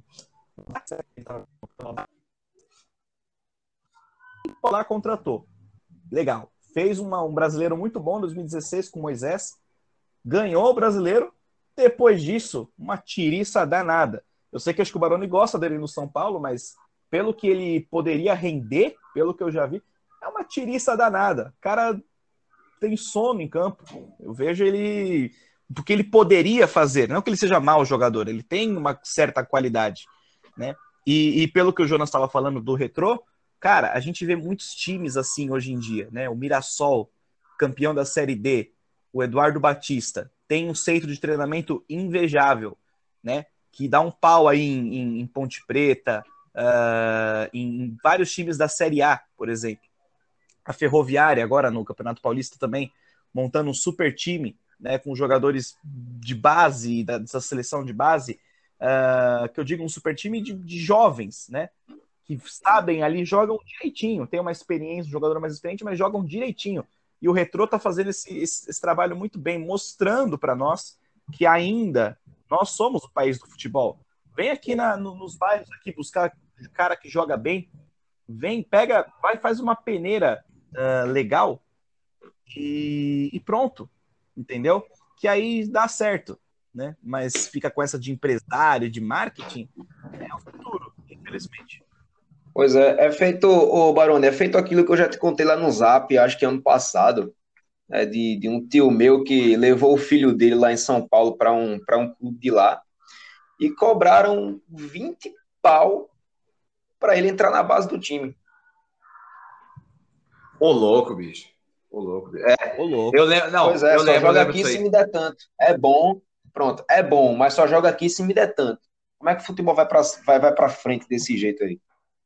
lá contratou. Legal. Fez um brasileiro muito bom em 2016 com o Moisés, ganhou o brasileiro. Depois disso, uma tiriça danada. Eu sei que acho que o Baroni gosta dele no São Paulo, mas pelo que ele poderia render, pelo que eu já vi, é uma tiriça danada. O cara tem sono em campo. Eu vejo ele do que ele poderia fazer. Não que ele seja mau jogador, ele tem uma certa qualidade, né? E pelo que o Jonas estava falando do Retrô, cara, a gente vê muitos times assim hoje em dia, né? O Mirassol, campeão da Série D, o Eduardo Batista, tem um centro de treinamento invejável, né? Que dá um pau aí em Ponte Preta, em vários times da Série A, por exemplo. A Ferroviária, agora no Campeonato Paulista também, montando um super time, né, com jogadores de base, dessa seleção de base, que eu digo um super time de jovens, né? que sabem ali, jogam direitinho. Tem uma experiência, um jogador mais experiente, mas jogam direitinho. E o Retrô está fazendo esse trabalho muito bem, mostrando para nós que ainda nós somos o país do futebol. Vem aqui nos bairros aqui buscar cara que joga bem. Vem, pega, vai, faz uma peneira legal e pronto. Entendeu? Que aí dá certo, né? Mas fica com essa de empresário, de marketing, é o futuro, infelizmente. Pois é feito, ô Barone, é feito aquilo que eu já te contei lá no Zap, acho que ano passado, né, de um tio meu que levou o filho dele lá em São Paulo para um clube de lá e cobraram 20 pau para ele entrar na base do time. Ô, louco, bicho. Ô, louco. Ô, louco. Eu lembro, não, pois é, eu lembro, joga aqui se me der tanto. É bom, pronto, é bom, mas só joga aqui se me der tanto. Como é que o futebol vai para frente desse jeito aí?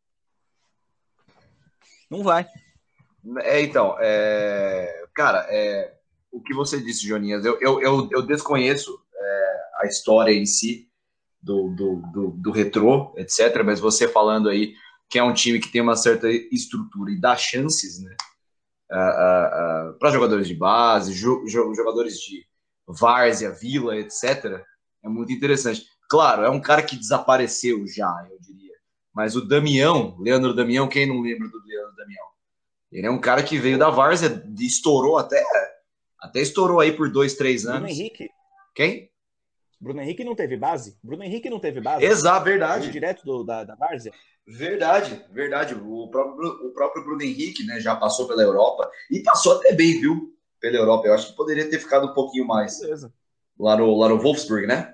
Não vai. Então, cara, o que você disse, Joninhas, eu desconheço a história em si do Retrô, etc., mas você falando aí que é um time que tem uma certa estrutura e dá chances, né, para jogadores de base, jogadores de várzea, vila, etc., é muito interessante. Claro, é um cara que desapareceu já, eu diria. Mas o Damião, Leandro Damião, quem não lembra do Leandro Damião? Ele é um cara que veio da várzea, estourou até estourou aí por 2-3 anos. Bruno Henrique. Quem? Bruno Henrique não teve base? Bruno Henrique não teve base? Exato, verdade. Direto da várzea? Verdade. O próprio Bruno Henrique, né, já passou pela Europa e passou até bem, viu? Pela Europa. Eu acho que poderia ter ficado um pouquinho mais. Beleza. Lá no Wolfsburg, né?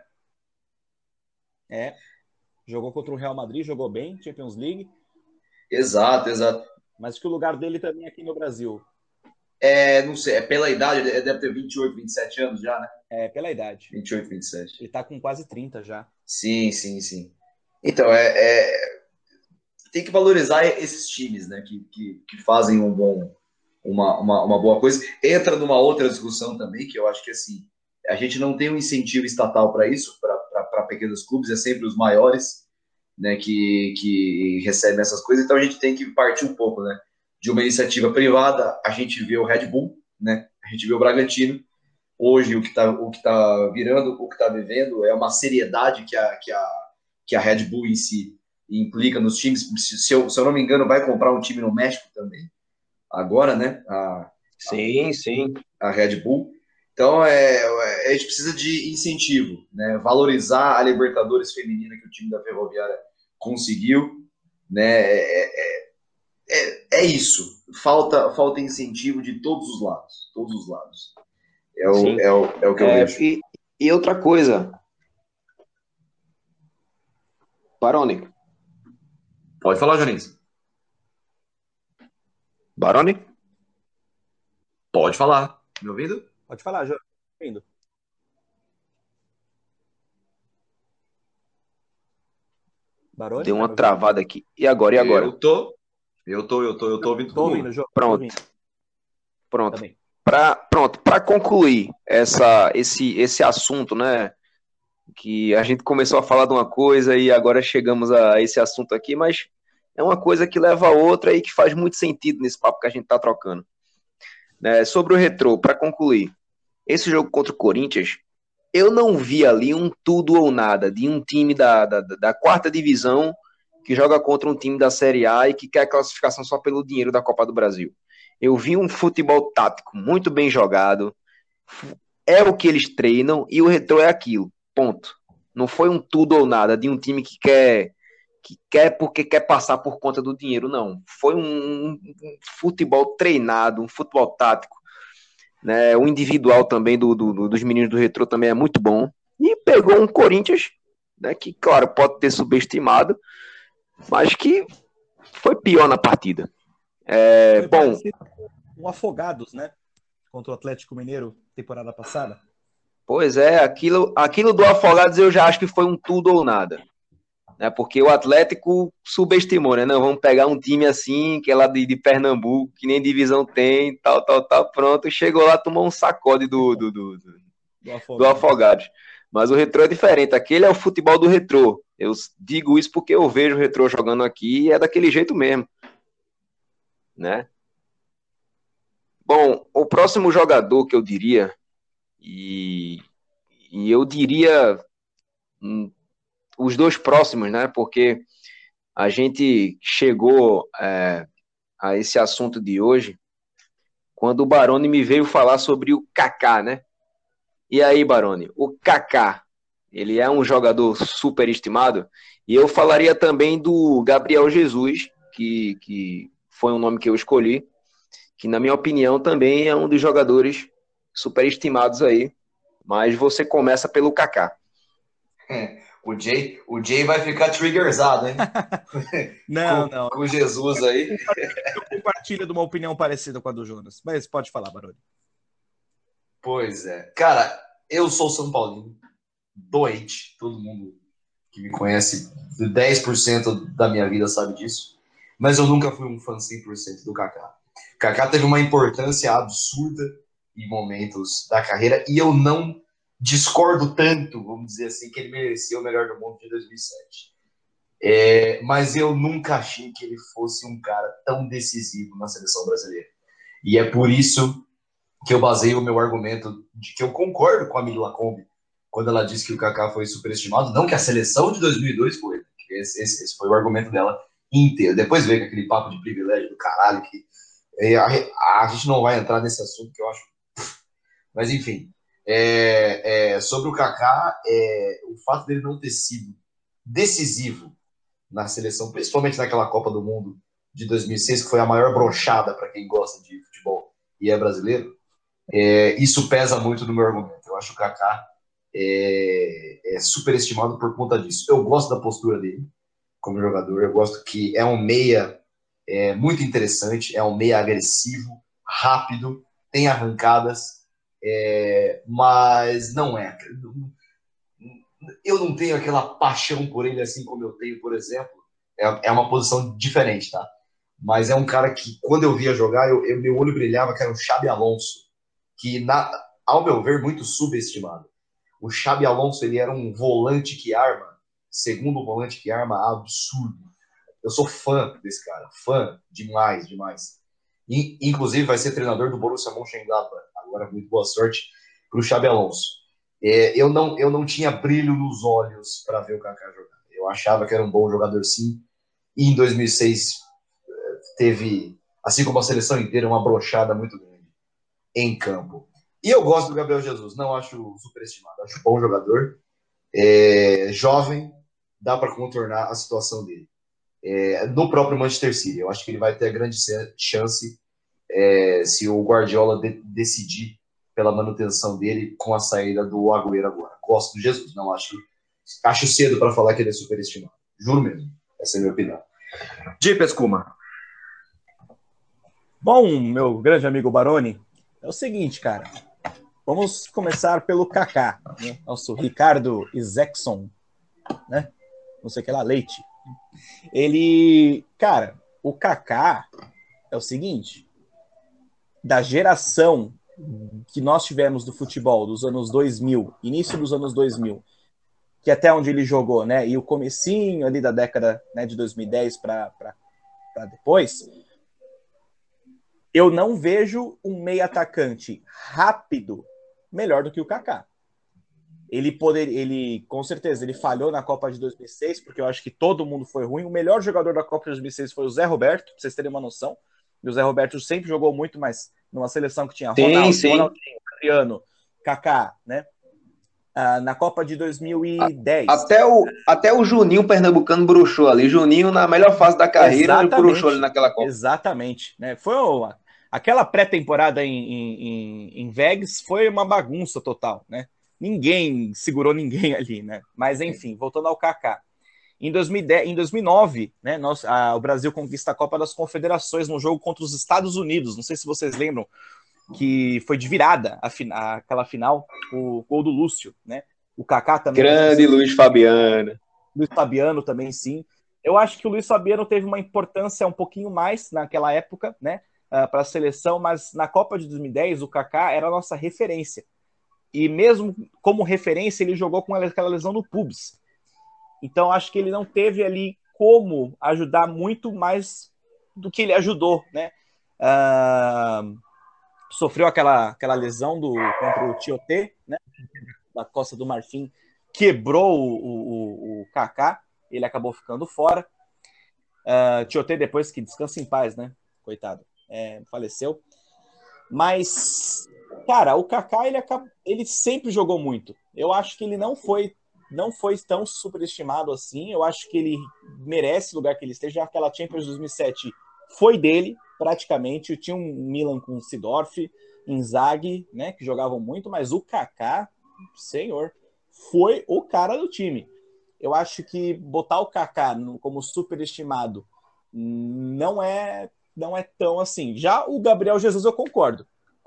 Jogou contra o Real Madrid, jogou bem, Champions League. Exato. Mas que o lugar dele também é aqui no Brasil. Não sei, pela idade, deve ter 28, 27 anos já, né? Pela idade. 28, 27. Ele tá com quase 30 já. Sim. Então, tem que valorizar esses times, né? Que fazem uma boa coisa. Entra numa outra discussão também, que eu acho que assim, a gente não tem um incentivo estatal para isso, para pequenos clubes, é sempre os maiores, né, que recebem essas coisas, então a gente tem que partir um pouco, né, de uma iniciativa privada. A gente vê o Red Bull, né, a gente vê o Bragantino. Hoje o que tá virando, o que está vivendo é uma seriedade que a Red Bull em si implica nos times. Se eu não me engano, vai comprar um time no México também agora, né, Sim. a Red Bull. Então, a gente precisa de incentivo, né? Valorizar a Libertadores feminina que o time da Ferroviária conseguiu, né? É isso. Falta incentivo de todos os lados. É o que eu vejo. E outra coisa, Barone. Pode falar, Jonis. Barone? Pode falar. Me ouvindo? Pode falar, Jô. Ouvindo. Barone? Deu uma travada aqui. E agora? Eu tô ouvindo. Tô ouvindo, Jô. Pronto. Também. Para concluir esse assunto, né? Que a gente começou a falar de uma coisa e agora chegamos a esse assunto aqui, mas é uma coisa que leva a outra e que faz muito sentido nesse papo que a gente tá trocando. Sobre o Retrô, para concluir, esse jogo contra o Corinthians, eu não vi ali um tudo ou nada de um time da quarta divisão que joga contra um time da Série A e que quer classificação só pelo dinheiro da Copa do Brasil. Eu vi um futebol tático muito bem jogado, é o que eles treinam e o Retrô é aquilo, ponto. Não foi um tudo ou nada de um time que quer porque quer passar por conta do dinheiro, não. Foi um futebol treinado, um futebol tático, né? O individual também dos meninos do Retrô também é muito bom. E pegou um Corinthians, né, que, claro, pode ter subestimado, mas que foi pior na partida. Bom, um Afogados, né? Contra o Atlético Mineiro, temporada passada. Pois é, aquilo do Afogados eu já acho que foi um tudo ou nada. Né, porque o Atlético subestimou, né? Não, vamos pegar um time assim, que é lá de Pernambuco, que nem divisão tem, tal, pronto. Chegou lá, tomou um sacode do Afogados. Mas o retrô é diferente. Aquele é o futebol do retrô. Eu digo isso porque eu vejo o retrô jogando aqui e é daquele jeito mesmo, né? Bom, o próximo jogador que eu diria, e, e eu diria os dois próximos, né? Porque a gente chegou a esse assunto de hoje quando o Baroni me veio falar sobre o Kaká, né? E aí, Baroni, o Kaká, ele é um jogador superestimado, e eu falaria também do Gabriel Jesus, que foi um nome que eu escolhi, que na minha opinião também é um dos jogadores superestimados aí, mas você começa pelo Kaká. O Jay vai ficar triggerzado, hein? Não. Com Jesus aí. Eu compartilho de uma opinião parecida com a do Jonas, mas pode falar, Baroni. Pois é. Cara, eu sou São Paulino, doente, todo mundo que me conhece, 10% da minha vida sabe disso, mas eu nunca fui um fã 100% do Kaká. Kaká teve uma importância absurda em momentos da carreira, e eu não discordo tanto, vamos dizer assim, que ele mereceu o melhor do mundo de 2007. Mas eu nunca achei que ele fosse um cara tão decisivo na seleção brasileira. E é por isso que eu baseio o meu argumento de que eu concordo com a Mili Lacombe quando ela disse que o Kaká foi superestimado, não que a seleção de 2002 foi. Esse foi o argumento dela inteiro. Depois veio com aquele papo de privilégio do caralho, que a gente não vai entrar nesse assunto, que eu acho... Mas, enfim, sobre o Kaká, o fato dele não ter sido decisivo na seleção, principalmente naquela Copa do Mundo de 2006, que foi a maior brochada para quem gosta de futebol e é brasileiro, isso pesa muito no meu argumento. Eu acho que o Kaká é superestimado por conta disso. Eu gosto da postura dele como jogador, eu gosto que é um meia muito interessante, é um meia agressivo, rápido, tem arrancadas, mas não é. Eu não tenho aquela paixão por ele assim como eu tenho, por exemplo. É uma posição diferente, tá? Mas é um cara que, quando eu via jogar, meu olho brilhava, que era o Xabi Alonso, que, ao meu ver, muito subestimado. O Xabi Alonso, ele era um volante que arma, segundo volante que arma, absurdo. Eu sou fã desse cara, fã demais. Inclusive, vai ser treinador do Borussia Mönchengladbach. Agora, muito boa sorte para o Xabi Alonso. Eu não tinha brilho nos olhos para ver o Kaká jogar. Eu achava que era um bom jogador, sim. E em 2006 teve, assim como a seleção inteira, uma brochada muito grande em campo. E eu gosto do Gabriel Jesus, não acho superestimado, acho bom jogador, jovem, dá para contornar a situação dele. No próprio Manchester City, eu acho que ele vai ter a grande chance se o Guardiola decidir pela manutenção dele com a saída do Agüero agora. Gosto do Jesus, não acho cedo para falar que ele é superestimado. Juro mesmo, essa é a minha opinião. Jeep Escuma. Bom, meu grande amigo Baroni, é o seguinte, cara. Vamos começar pelo Kaká, né? Nosso Ricardo Isaacson, né? Não sei o que lá, Leite. Ele, cara, o Kaká é o seguinte, da geração que nós tivemos do futebol dos anos 2000, início dos anos 2000, que até onde ele jogou, né? E o comecinho ali da década, né, de 2010 para depois, eu não vejo um meio atacante rápido melhor do que o Kaká. Ele com certeza, ele falhou na Copa de 2006, porque eu acho que todo mundo foi ruim. O melhor jogador da Copa de 2006 foi o Zé Roberto, pra vocês terem uma noção. E o Zé Roberto sempre jogou muito, mas numa seleção que tinha Ronaldinho, Adriano, Kaká, né? Na Copa de 2010. Até o Juninho Pernambucano bruxou ali. Juninho, na melhor fase da carreira, ele bruxou ali naquela Copa. Exatamente. Né? Aquela pré-temporada em Vegas foi uma bagunça total, né? Ninguém segurou ninguém ali, né? Mas, enfim, voltando ao Kaká. Em 2009, né, o Brasil conquista a Copa das Confederações num jogo contra os Estados Unidos. Não sei se vocês lembram, que foi de virada aquela final, o gol do Lúcio, né? O Kaká também. Grande Luiz Fabiano. Luiz Fabiano também, sim. Eu acho que o Luiz Fabiano teve uma importância um pouquinho mais naquela época, né? Para a seleção, mas na Copa de 2010 o Kaká era a nossa referência. E mesmo como referência, ele jogou com aquela lesão no pubis. Então, acho que ele não teve ali como ajudar muito mais do que ele ajudou, né? Sofreu aquela lesão contra o Tioté, né? Da Costa do Marfim, quebrou o Kaká, ele acabou ficando fora. Tioté, depois que descansa em paz, né? Coitado, faleceu. Mas, cara, o Kaká, ele sempre jogou muito. Eu acho que ele não foi tão superestimado assim. Eu acho que ele merece o lugar que ele esteja. Aquela Champions 2007 foi dele, praticamente. Tinha um Milan com Seedorf, Inzaghi, né, que jogavam muito, mas o Kaká, senhor, foi o cara do time. Eu acho que botar o Kaká como superestimado não é tão assim. Já o Gabriel Jesus, eu concordo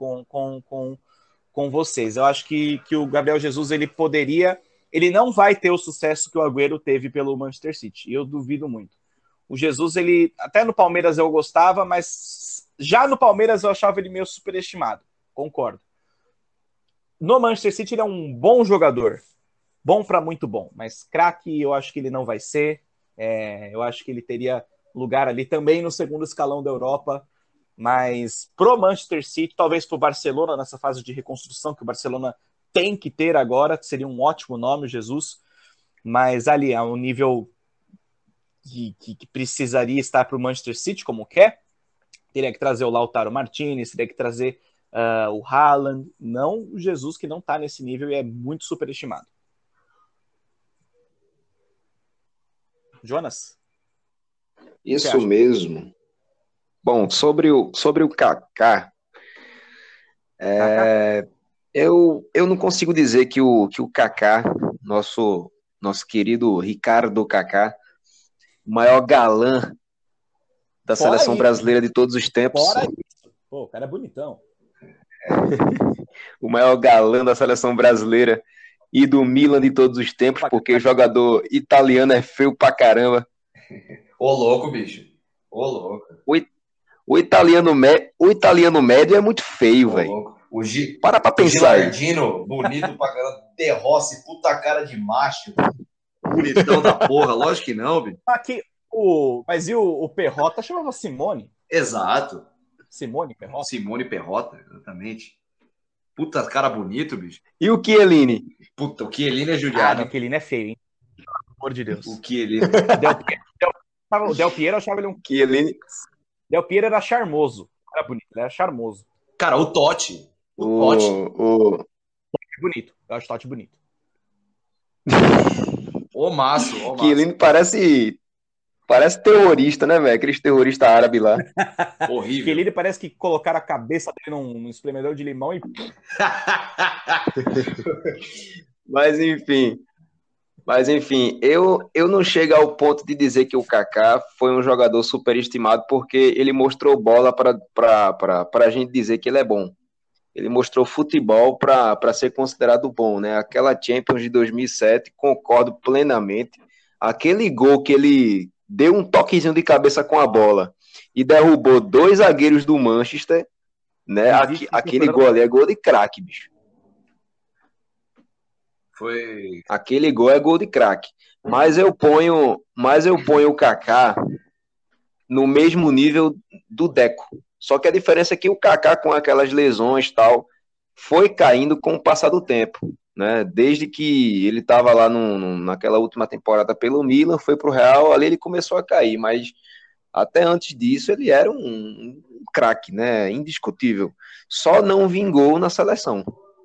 com vocês. Eu acho que o Gabriel Jesus, ele não vai ter o sucesso que o Agüero teve pelo Manchester City. Eu duvido muito. O Jesus, ele até no Palmeiras eu gostava, mas já no Palmeiras eu achava ele meio superestimado. Concordo. No Manchester City ele é um bom jogador. Bom para muito bom, mas craque eu acho que ele não vai ser. Eu acho que ele teria lugar ali também no segundo escalão da Europa, mas pro Manchester City, talvez pro Barcelona, nessa fase de reconstrução que o Barcelona tem que ter agora, seria um ótimo nome, o Jesus, mas ali, a um nível que precisaria estar pro Manchester City, como quer, teria que trazer o Lautaro Martinez, teria que trazer o Haaland, não o Jesus, que não tá nesse nível e é muito superestimado. Jonas? Isso mesmo. Bom, sobre o Kaká, eu não consigo dizer que o Kaká, nosso querido Ricardo Kaká, o maior galã da seleção brasileira de todos os tempos. Fora isso. Pô, o cara é bonitão. O maior galã da seleção brasileira e do Milan de todos os tempos, porque jogador italiano é feio pra caramba. Ô louco, bicho. Ô louco. O italiano médio é muito feio, velho. Para pra pensar. O Gilardino, bonito pra caramba, De Rossi, puta cara de macho. Bonitão da porra, lógico que não, bicho. Mas e o Perrota chamava Simone? Exato. Simone Perrota? Simone Perrota, exatamente. Puta cara bonito, bicho. E o Chiellini? Puta, o Chiellini é judiado. O Chiellini é feio, hein? Pelo amor de Deus. O Chiellini. O Del Piero achava ele um... Chiellini. Del Piero era charmoso. Era bonito, ele era charmoso. Cara, o Totti. É bonito. Eu acho o Totti bonito. Ô Márcio. Chiellini parece terrorista, né, velho? Aqueles terroristas árabes lá. Horrível. Chiellini parece que colocaram a cabeça dele num espremedor de limão e... Mas enfim, eu não chego ao ponto de dizer que o Kaká foi um jogador superestimado, porque ele mostrou bola para a gente dizer que ele é bom. Ele mostrou futebol para ser considerado bom, né? Aquela Champions de 2007, concordo plenamente. Aquele gol que ele deu um toquezinho de cabeça com a bola e derrubou 2 zagueiros do Manchester, né? Aquele gol ali é gol de craque, bicho. Aquele gol é gol de craque. Mas eu ponho o Kaká no mesmo nível do Deco. Só que a diferença é que o Kaká, com aquelas lesões e tal, foi caindo com o passar do tempo, né? Desde que ele estava lá naquela última temporada pelo Milan, foi pro Real, ali ele começou a cair, mas até antes disso ele era um craque, né? Indiscutível. Só não vingou na seleção.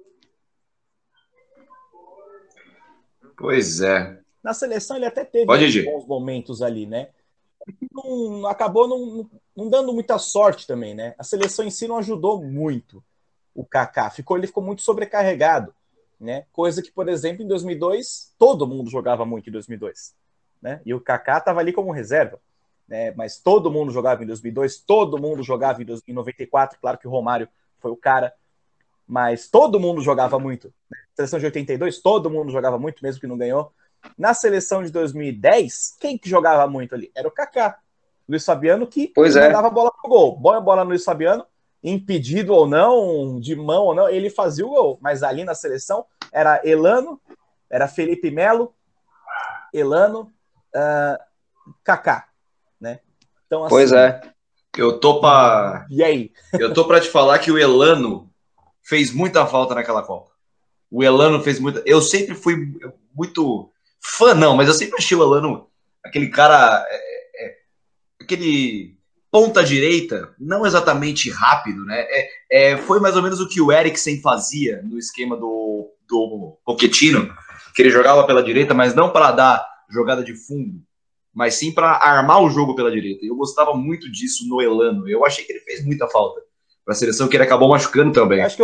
Pois é. Na seleção ele até teve bons momentos ali, né? Acabou não dando muita sorte também, né? A seleção em si não ajudou muito o Kaká. Ele ficou muito sobrecarregado, né? Coisa que, por exemplo, em 2002, todo mundo jogava muito em 2002, né? E o Kaká estava ali como reserva, né? Mas todo mundo jogava em 2002, todo mundo jogava em 94, claro que o Romário foi o cara, mas todo mundo jogava muito. Na seleção de 82, todo mundo jogava muito, mesmo que não ganhou. Na seleção de 2010, quem que jogava muito ali? Era o Kaká. Luiz Fabiano que mandava a bola pro gol. Boa bola no Luiz Fabiano, impedido ou não, de mão ou não, ele fazia o gol. Mas ali na seleção era Elano, era Felipe Melo, Elano, Kaká, né? Então, assim, Pois é. E aí? Eu tô pra te falar que o Elano fez muita falta naquela Copa. O Elano fez muita... Eu sempre fui muito fã, não, mas eu sempre achei o Elano aquele cara... aquele ponta-direita, não exatamente rápido, né? Foi mais ou menos o que o Eriksen fazia no esquema do Pochettino, que ele jogava pela direita, mas não para dar jogada de fundo, mas sim para armar o jogo pela direita. Eu gostava muito disso no Elano. Eu achei que ele fez muita falta para a seleção, que ele acabou machucando também. Acho que eu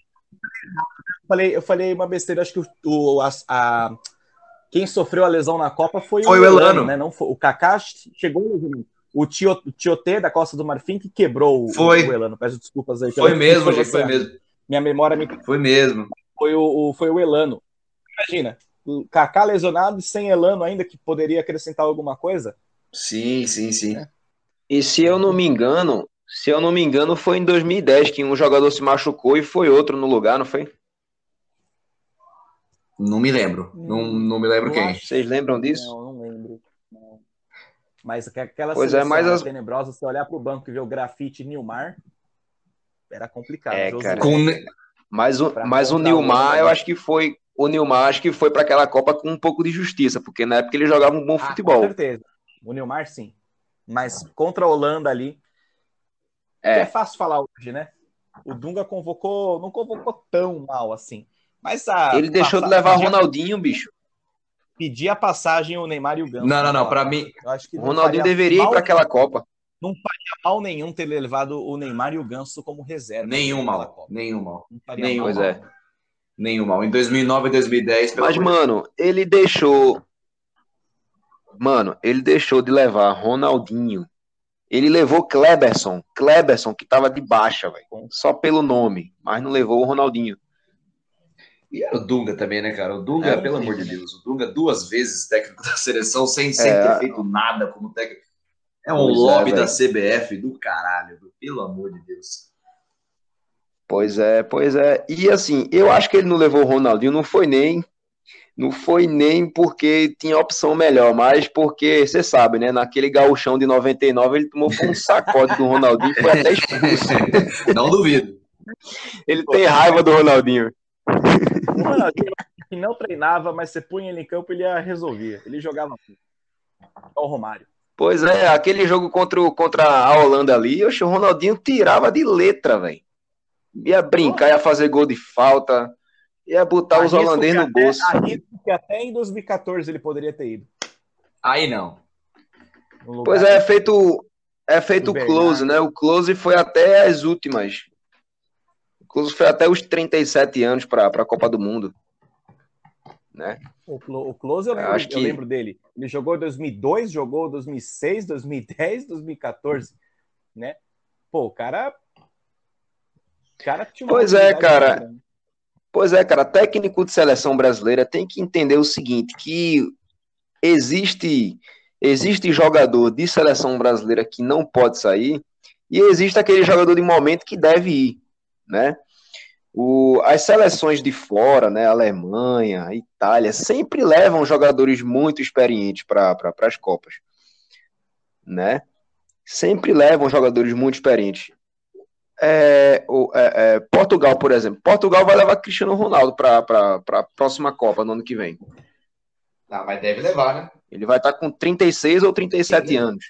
falei uma besteira. Acho que quem sofreu a lesão na Copa foi o Elano, né? Não foi, o Kaká chegou o Tioté da Costa do Marfim que quebrou o Elano. Peço desculpas aí. Foi mesmo, gente, foi mesmo. Minha memória Foi mesmo. Foi o Elano. Imagina, o Kaká lesionado e sem Elano ainda, que poderia acrescentar alguma coisa? Sim. E se eu não me engano, foi em 2010 que um jogador se machucou e foi outro no lugar, não foi? Não me lembro. Não me lembro quem. Vocês lembram disso? Não lembro. Não. Mas aquela seleção tenebrosa, você olhar para o banco e ver o grafite Nilmar, era complicado. Cara. Mas o Nilmar, eu acho que foi... O Nilmar, acho que foi para aquela Copa com um pouco de justiça, porque na época ele jogava um bom futebol. Com certeza. O Nilmar, sim. Mas contra a Holanda ali, é fácil falar hoje, né? O Dunga não convocou tão mal assim. Mas ele deixou de levar Ronaldinho, bicho. Pedir a passagem o Neymar e o Ganso. Não. Para mim, o Ronaldinho deveria ir para aquela Copa. Não faria mal nenhum ter levado o Neymar e o Ganso como reserva. Nenhum mal. Nenhum mal. Em 2009 e 2010... Mas, mano, ele deixou de levar Ronaldinho. Ele levou Kleberson, que tava de baixa, velho. Só pelo nome, mas não levou o Ronaldinho. E era o Dunga também, né, cara? O Dunga, pelo amor de Deus, o Dunga 2 vezes técnico da seleção sem ter feito nada como técnico. É um lobby da CBF do caralho, pelo amor de Deus. Pois é. E assim, eu acho que ele não levou o Ronaldinho, não foi nem porque tinha opção melhor, mas porque, você sabe, né, naquele gauchão de 99 ele tomou um sacode do Ronaldinho e foi até expulso. Não duvido. Ele tem raiva do Ronaldinho. O Ronaldinho que não treinava, mas você punha ele em campo, ele resolvia. Ele jogava tudo. O Romário. Pois é, aquele jogo contra a Holanda ali, o Ronaldinho tirava de letra, velho. Ia brincar, ia fazer gol de falta, ia botar os holandeses no bolso. Arrisco que até em 2014 ele poderia ter ido. Aí não. Pois é, feito o close, né? O close foi até as últimas. O close foi até os 37 anos para a Copa do Mundo. Né? O Close eu lembro dele. Ele jogou em 2002, jogou em 2006, 2010, 2014, né? Pô, o cara tinha uma Pois é, cara. Técnico de seleção brasileira tem que entender o seguinte, que existe jogador de seleção brasileira que não pode sair e existe aquele jogador de momento que deve ir, né? As seleções de fora, né, Alemanha, Itália, sempre levam jogadores muito experientes para as Copas, né? Sempre levam jogadores muito experientes. Portugal, por exemplo. Portugal vai levar Cristiano Ronaldo para a próxima Copa no ano que vem. Mas deve levar, né? Ele vai estar com 36 ou 37 anos.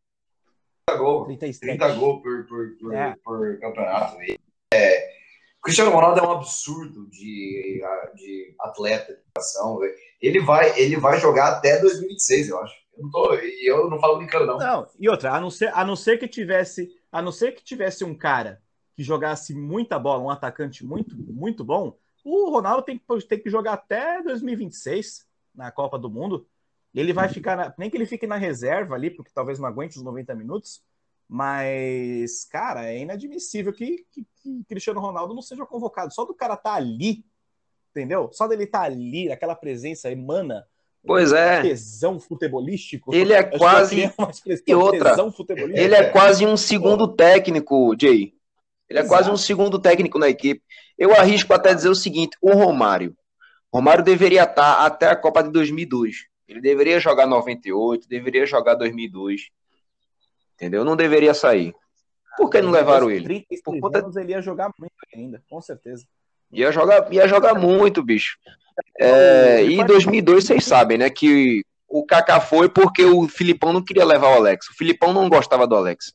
30 gols por campeonato. Cristiano Ronaldo é um absurdo de atleta de ação. Ele vai jogar até 2026, eu acho. Eu não falo brincando, não. Não, e outra, a não ser que tivesse um cara que jogasse muita bola, um atacante muito, muito bom, o Ronaldo tem que jogar até 2026 na Copa do Mundo. Ele vai ficar, nem que ele fique na reserva ali, porque talvez não aguente os 90 minutos, mas, cara, é inadmissível que Cristiano Ronaldo não seja convocado. Só do cara estar ali, entendeu? Só dele estar ali, aquela presença emana tesão futebolístico. Ele é quase... E outra, ele é quase um segundo técnico, Jay. Ele é quase um segundo técnico na equipe. Eu arrisco até dizer o seguinte, o Romário. Romário deveria estar até a Copa de 2002. Ele deveria jogar 98, deveria jogar 2002. Entendeu? Não deveria sair. Por que não levaram ele? 33 Por conta... anos ele ia jogar muito ainda, com certeza. Ia jogar muito, bicho. E em 2002, vocês sabem, né? Que o Kaká foi porque o Filipão não queria levar o Alex. O Filipão não gostava do Alex.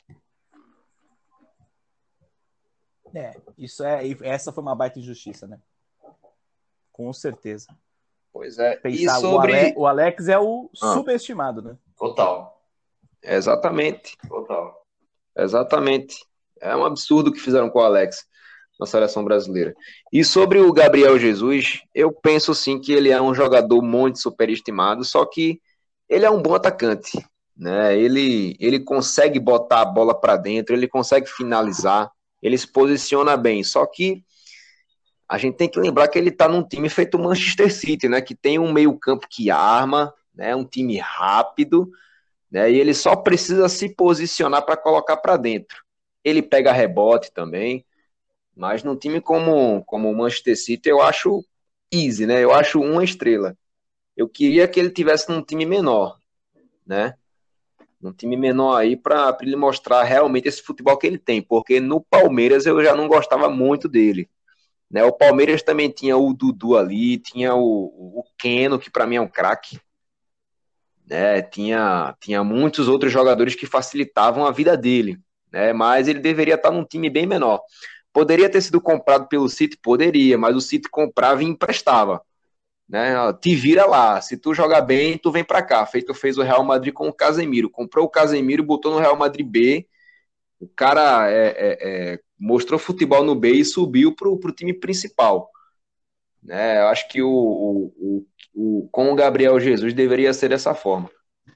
Essa foi uma baita injustiça, né? Com certeza. Pois é. Pensar, e sobre... o Alex é o subestimado, né? Total. Exatamente. Total. Exatamente. É um absurdo o que fizeram com o Alex na seleção brasileira. E sobre o Gabriel Jesus, eu penso sim que ele é um jogador muito superestimado, só que ele é um bom atacante, né? Ele consegue botar a bola para dentro, ele consegue finalizar, ele se posiciona bem, só que a gente tem que lembrar que ele está num time feito Manchester City, né? Que tem um meio-campo que arma, né? Um time rápido, né? E ele só precisa se posicionar para colocar para dentro. Ele pega rebote também, mas num time como o Manchester City eu acho easy, né? Eu acho uma estrela. Eu queria que ele tivesse num time menor, né? Num time menor aí para ele mostrar realmente esse futebol que ele tem, porque no Palmeiras eu já não gostava muito dele. Né, o Palmeiras também tinha o Dudu ali, tinha o Keno, que para mim é um craque. Né, tinha muitos outros jogadores que facilitavam a vida dele. Né, mas ele deveria estar num time bem menor. Poderia ter sido comprado pelo City? Poderia, mas o City comprava e emprestava. Né, te vira lá, se tu jogar bem, tu vem para cá. Feito fez o Real Madrid com o Casemiro. Comprou o Casemiro, botou no Real Madrid B. O cara mostrou futebol no B e subiu para o time principal. Né? Eu acho que com o Gabriel Jesus deveria ser dessa forma.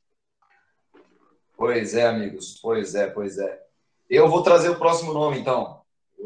Pois é, amigos. Pois é. Eu vou trazer o próximo nome, então.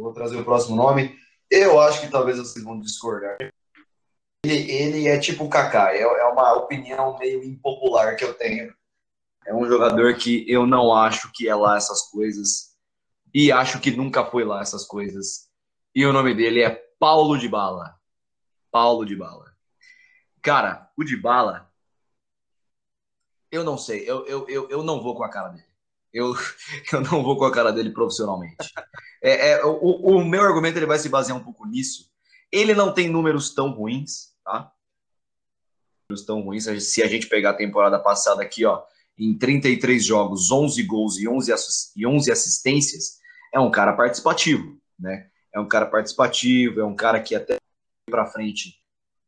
Eu acho que talvez vocês vão discordar. Ele é tipo o Kaká. É uma opinião meio impopular que eu tenho. É um jogador que eu não acho que é lá essas coisas. E acho que nunca foi lá essas coisas. E o nome dele é Paulo Dybala. Paulo Dybala. Cara, o Dybala, eu não sei. Eu não vou com a cara dele. Eu não vou com a cara dele profissionalmente. O meu argumento ele vai se basear um pouco nisso. Ele não tem números tão ruins, tá? Números tão ruins. Se a gente pegar a temporada passada aqui, ó, em 33 jogos, 11 gols e 11 assistências, é um cara participativo, né? É um cara participativo, é um cara que até para frente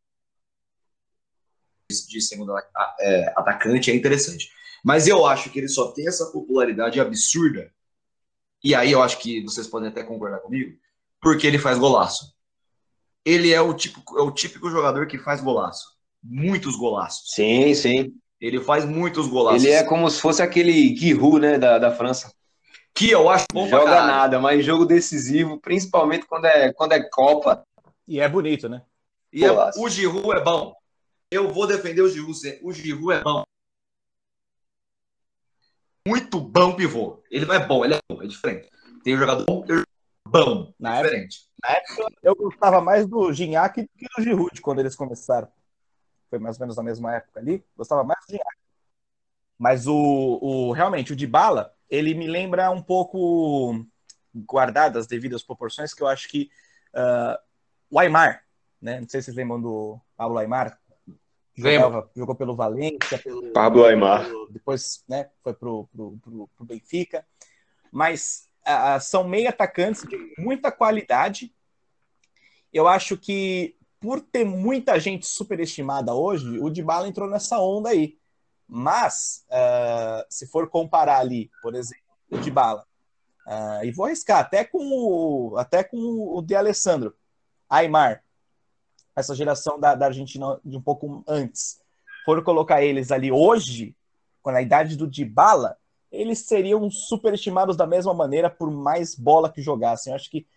de segundo atacante é interessante. Mas eu acho que ele só tem essa popularidade absurda, e aí eu acho que vocês podem até concordar comigo, porque ele faz golaço. Ele é o típico jogador que faz golaço. Muitos golaços. Sim, sim. Ele faz muitos golaços. Ele é como se fosse aquele Giroud, né, da França. Que eu acho bom pra caralho. Joga nada, mas jogo decisivo, principalmente quando é Copa. E é bonito, né? E o Giroud é bom. Eu vou defender o Giroud. O Giroud é bom. Muito bom pivô. Ele não é bom, ele é bom, é diferente. Tem um jogador bom, diferente. Na época, eu gostava mais do Gignac do que do Giroud quando eles começaram. Foi mais ou menos na mesma época ali. Gostava mais do Gignac. Mas realmente, o Dybala, ele me lembra um pouco, guardado as devidas proporções, que eu acho que o Aimar, né? Não sei se vocês lembram do Pablo Aimar. Jogou pelo Valência, Pablo Aimar. Depois, né, foi pro Benfica. Mas são meio atacantes de muita qualidade. Eu acho que, por ter muita gente superestimada hoje, o Dybala entrou nessa onda aí. Mas, se for comparar ali, por exemplo, o Dybala, e vou arriscar, até com o De Alessandro, Aimar, essa geração da Argentina de um pouco antes, for colocar eles ali hoje, com a idade do Dybala, eles seriam superestimados da mesma maneira por mais bola que jogassem. Eu acho que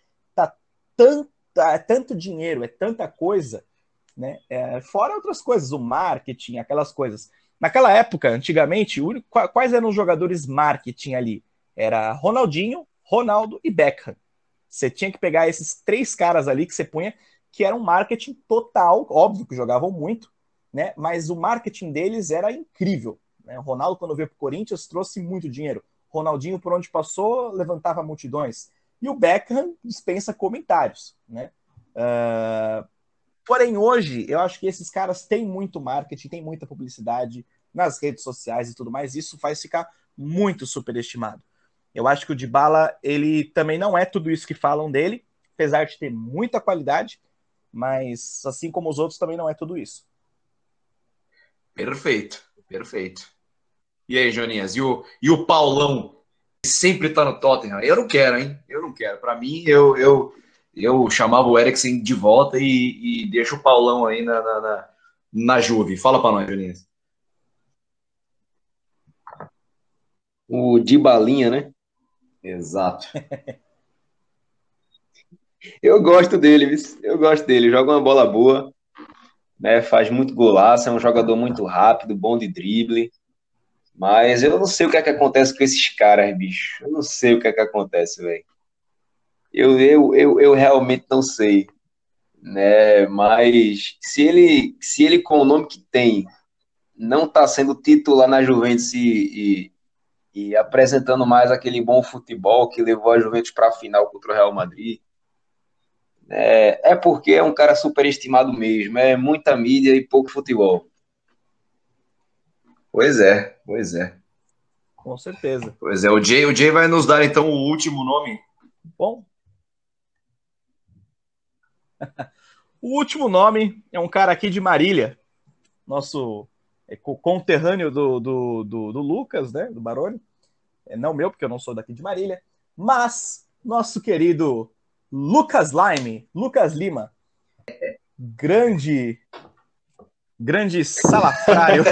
tanto dinheiro, é tanta coisa, né? Fora outras coisas, o marketing, aquelas coisas. Naquela época, antigamente, quais eram os jogadores marketing ali? Era Ronaldinho, Ronaldo e Beckham. Você tinha que pegar esses 3 caras ali que você punha, que era um marketing total, óbvio que jogavam muito, né? Mas o marketing deles era incrível. Né? O Ronaldo, quando veio para o Corinthians, trouxe muito dinheiro. Ronaldinho, por onde passou, levantava multidões. E o Beckham dispensa comentários. Né? Porém, hoje, eu acho que esses caras têm muito marketing, têm muita publicidade nas redes sociais e tudo mais. Isso faz ficar muito superestimado. Eu acho que o Dybala, ele também não é tudo isso que falam dele, apesar de ter muita qualidade, mas assim como os outros, também não é tudo isso. Perfeito, perfeito. E aí, Joninhas? E o Paulão, que sempre tá no Tottenham? Eu não quero, hein? Eu não quero. Para mim, eu chamava o Eriksen de volta e deixo o Paulão aí na Juve. Fala para nós, Joninhas. O Dybalinha, né? Exato. Eu gosto dele, eu gosto dele. Joga uma bola boa, né? Faz muito golaço, é um jogador muito rápido, bom de drible. Mas eu não sei o que é que acontece com esses caras, bicho. Eu não sei o que é que acontece, velho. Eu realmente não sei, né? Mas se ele com o nome que tem não tá sendo titular na Juventus e apresentando mais aquele bom futebol que levou a Juventus para a final contra o Real Madrid, é porque é um cara superestimado mesmo. É muita mídia e pouco futebol. Pois é, pois é. Com certeza. Pois é, o Jay vai nos dar então o último nome. Bom. O último nome é um cara aqui de Marília, nosso conterrâneo do Lucas, né? Do Baroni. Não meu, porque eu não sou daqui de Marília, mas nosso querido Lucas Lima, grande salafrário.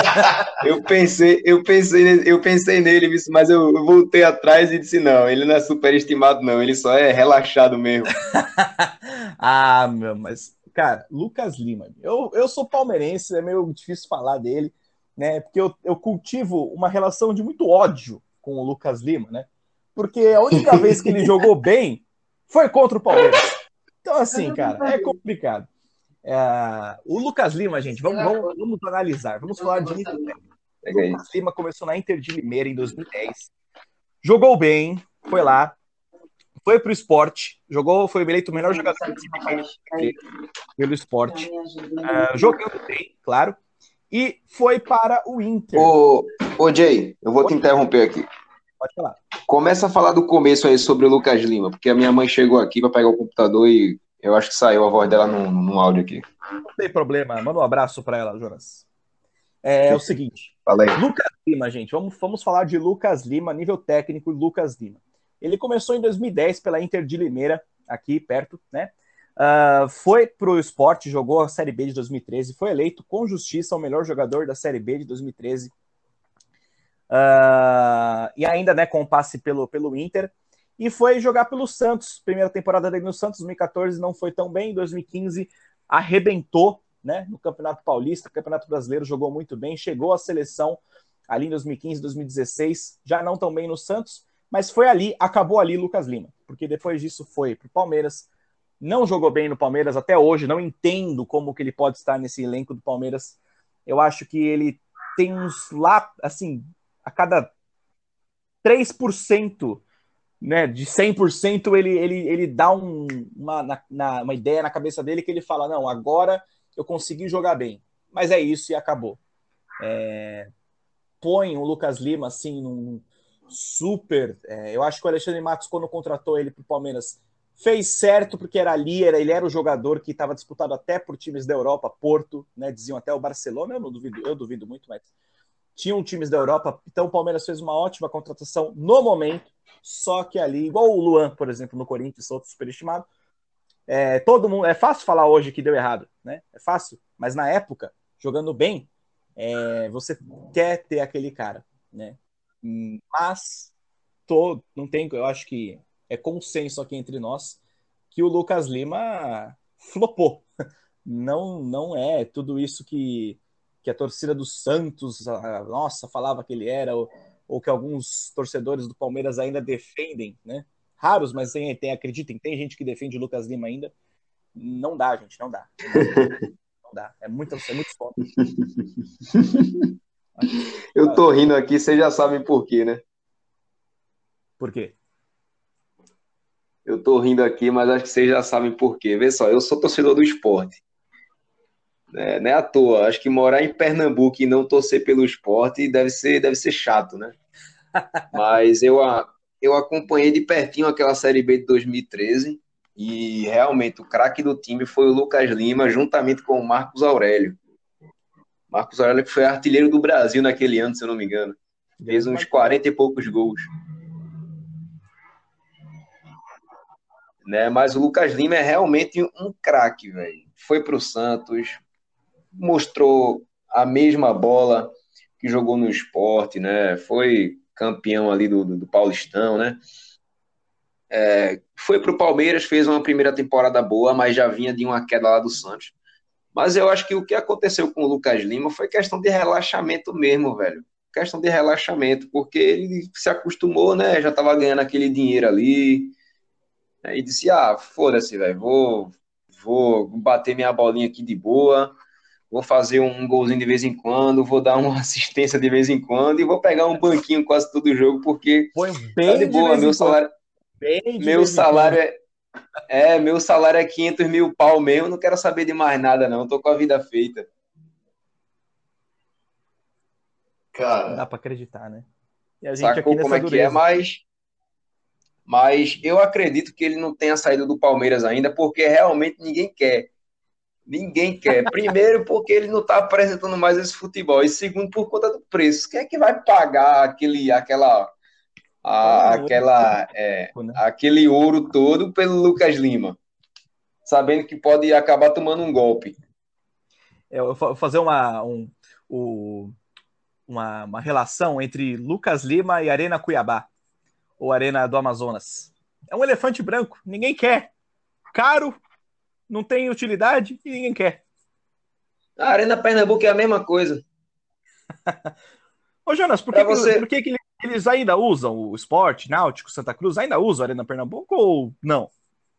Eu pensei nele, mas eu voltei atrás e disse não, ele não é superestimado não, ele só é relaxado mesmo. Ah, meu, mas cara, Lucas Lima, eu sou palmeirense, é meio difícil falar dele, né? Porque eu cultivo uma relação de muito ódio com o Lucas Lima, né? Porque a única vez que ele jogou bem foi contra o Palmeiras. Então, assim, cara, é complicado. O Lucas Lima, gente, vamos analisar. Vamos falar de nível técnico. O Lucas Lima começou na Inter de Limeira em 2010. Jogou bem, foi lá, foi pro Sport, foi eleito o melhor jogador pelo Sport. Jogando bem, claro. E foi para o Inter. Ô Jay, eu vou te interromper aqui. Pode falar. Começa a falar do começo aí sobre o Lucas Lima, porque a minha mãe chegou aqui para pegar o computador e eu acho que saiu a voz dela no áudio aqui. Não tem problema, manda um abraço para ela, Jonas. É o seguinte, Lucas Lima, gente, vamos falar de Lucas Lima, nível técnico Lucas Lima. Ele começou em 2010 pela Inter de Limeira, aqui perto, né? Foi pro Sport, jogou a Série B de 2013, foi eleito com justiça o melhor jogador da Série B de 2013. E ainda, né, com o passe pelo Inter. E foi jogar pelo Santos. Primeira temporada dele no Santos, 2014, não foi tão bem. Em 2015, arrebentou, né, no Campeonato Paulista, Campeonato Brasileiro, jogou muito bem. Chegou à seleção ali em 2015, 2016, já não tão bem no Santos, mas foi ali, acabou ali Lucas Lima, porque depois disso foi pro Palmeiras. Não jogou bem no Palmeiras até hoje, não entendo como que ele pode estar nesse elenco do Palmeiras. Eu acho que ele tem uns lá, assim, a cada 3%, né, de 100%, ele dá uma ideia na cabeça dele que ele fala, não, agora eu consegui jogar bem. Mas é isso e acabou. Põe o Lucas Lima, assim, num super... eu acho que o Alexandre Matos, quando contratou ele para o Palmeiras, fez certo, porque ele era o jogador que estava disputado até por times da Europa, Porto, né, diziam até o Barcelona, eu duvido muito, mas tinham times da Europa, então o Palmeiras fez uma ótima contratação no momento, só que ali, igual o Luan, por exemplo, no Corinthians, outro superestimado, todo mundo, é fácil falar hoje que deu errado, né? É fácil, mas na época, jogando bem, você quer ter aquele cara, né? Mas não tem, eu acho que é consenso aqui entre nós que o Lucas Lima flopou. Não é tudo isso que a torcida do Santos, nossa, falava que ele era, ou que alguns torcedores do Palmeiras ainda defendem, né? raros, mas acreditem, tem gente que defende o Lucas Lima ainda. Não dá, gente, não dá. Não dá. É muito foda. Eu tô rindo aqui, vocês já sabem por quê, né? Por quê? Eu tô rindo aqui, mas acho que vocês já sabem por quê. Vê só, eu sou torcedor do Sport. Não é à toa. Acho que morar em Pernambuco e não torcer pelo Sport deve ser chato, né? Mas eu acompanhei de pertinho aquela Série B de 2013 e realmente o craque do time foi o Lucas Lima, juntamente com o Marcos Aurélio. Marcos Aurélio que foi artilheiro do Brasil naquele ano, se eu não me engano. Fez uns 40 e poucos gols. Né? Mas o Lucas Lima é realmente um craque, velho. Foi pro Santos, mostrou a mesma bola que jogou no Sport, né? Foi campeão ali do Paulistão, né? Foi pro Palmeiras, fez uma primeira temporada boa, mas já vinha de uma queda lá do Santos. Mas eu acho que o que aconteceu com o Lucas Lima foi questão de relaxamento mesmo, velho. Questão de relaxamento, porque ele se acostumou, né? Já tava ganhando aquele dinheiro ali. E disse, foda-se, velho, vou bater minha bolinha aqui de boa, vou fazer um golzinho de vez em quando, vou dar uma assistência de vez em quando e vou pegar um banquinho quase todo jogo, porque Põe tá de bem de boa, vez em quando. meu salário é 500 mil pau mesmo, não quero saber de mais nada não, tô com a vida feita. Cara, não dá pra acreditar, né? E a gente Sacou aqui como nessa é que é, dureza. mas eu acredito que ele não tenha saído do Palmeiras ainda, porque realmente ninguém quer. Ninguém quer. Primeiro, porque ele não está apresentando mais esse futebol. E segundo, por conta do preço. Quem é que vai pagar aquele ouro todo pelo Lucas Lima? Sabendo que pode acabar tomando um golpe. Eu vou fazer uma relação entre Lucas Lima e Arena Cuiabá, ou Arena do Amazonas. É um elefante branco, ninguém quer. Caro, não tem utilidade e ninguém quer. A Arena Pernambuco é a mesma coisa. Ô Jonas, por Para que, você, que eles ainda usam o Sport, Náutico, Santa Cruz, ainda usam a Arena Pernambuco ou não?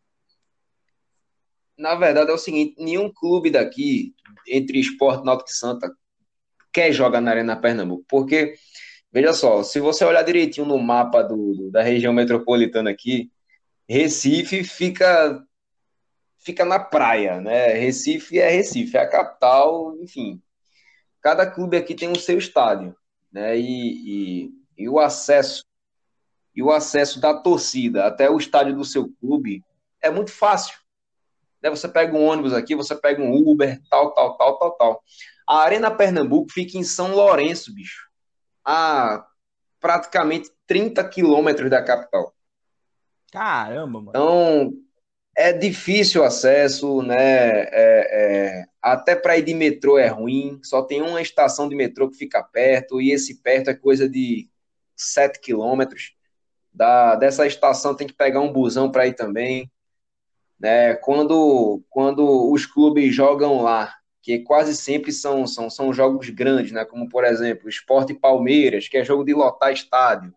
na verdade, é o seguinte: nenhum clube daqui, entre Sport, Náutico e Santa, quer jogar na Arena Pernambuco. Porque, veja só, se você olhar direitinho no mapa da região metropolitana aqui, Recife fica na praia, né? Recife, é a capital, enfim. Cada clube aqui tem o seu estádio, né? E o acesso da torcida até o estádio do seu clube é muito fácil. Né? Você pega um ônibus aqui, você pega um Uber, tal, tal, tal, tal, tal. A Arena Pernambuco fica em São Lourenço, bicho, a praticamente 30 quilômetros da capital. Caramba, mano. Então, é difícil o acesso, né? Até para ir de metrô é ruim. Só tem uma estação de metrô que fica perto, e esse perto é coisa de 7 quilômetros. Dessa estação tem que pegar um busão para ir também. Né? Quando os clubes jogam lá, que quase sempre são jogos grandes, né? Como, por exemplo, Sport e Palmeiras, que é jogo de lotar estádio.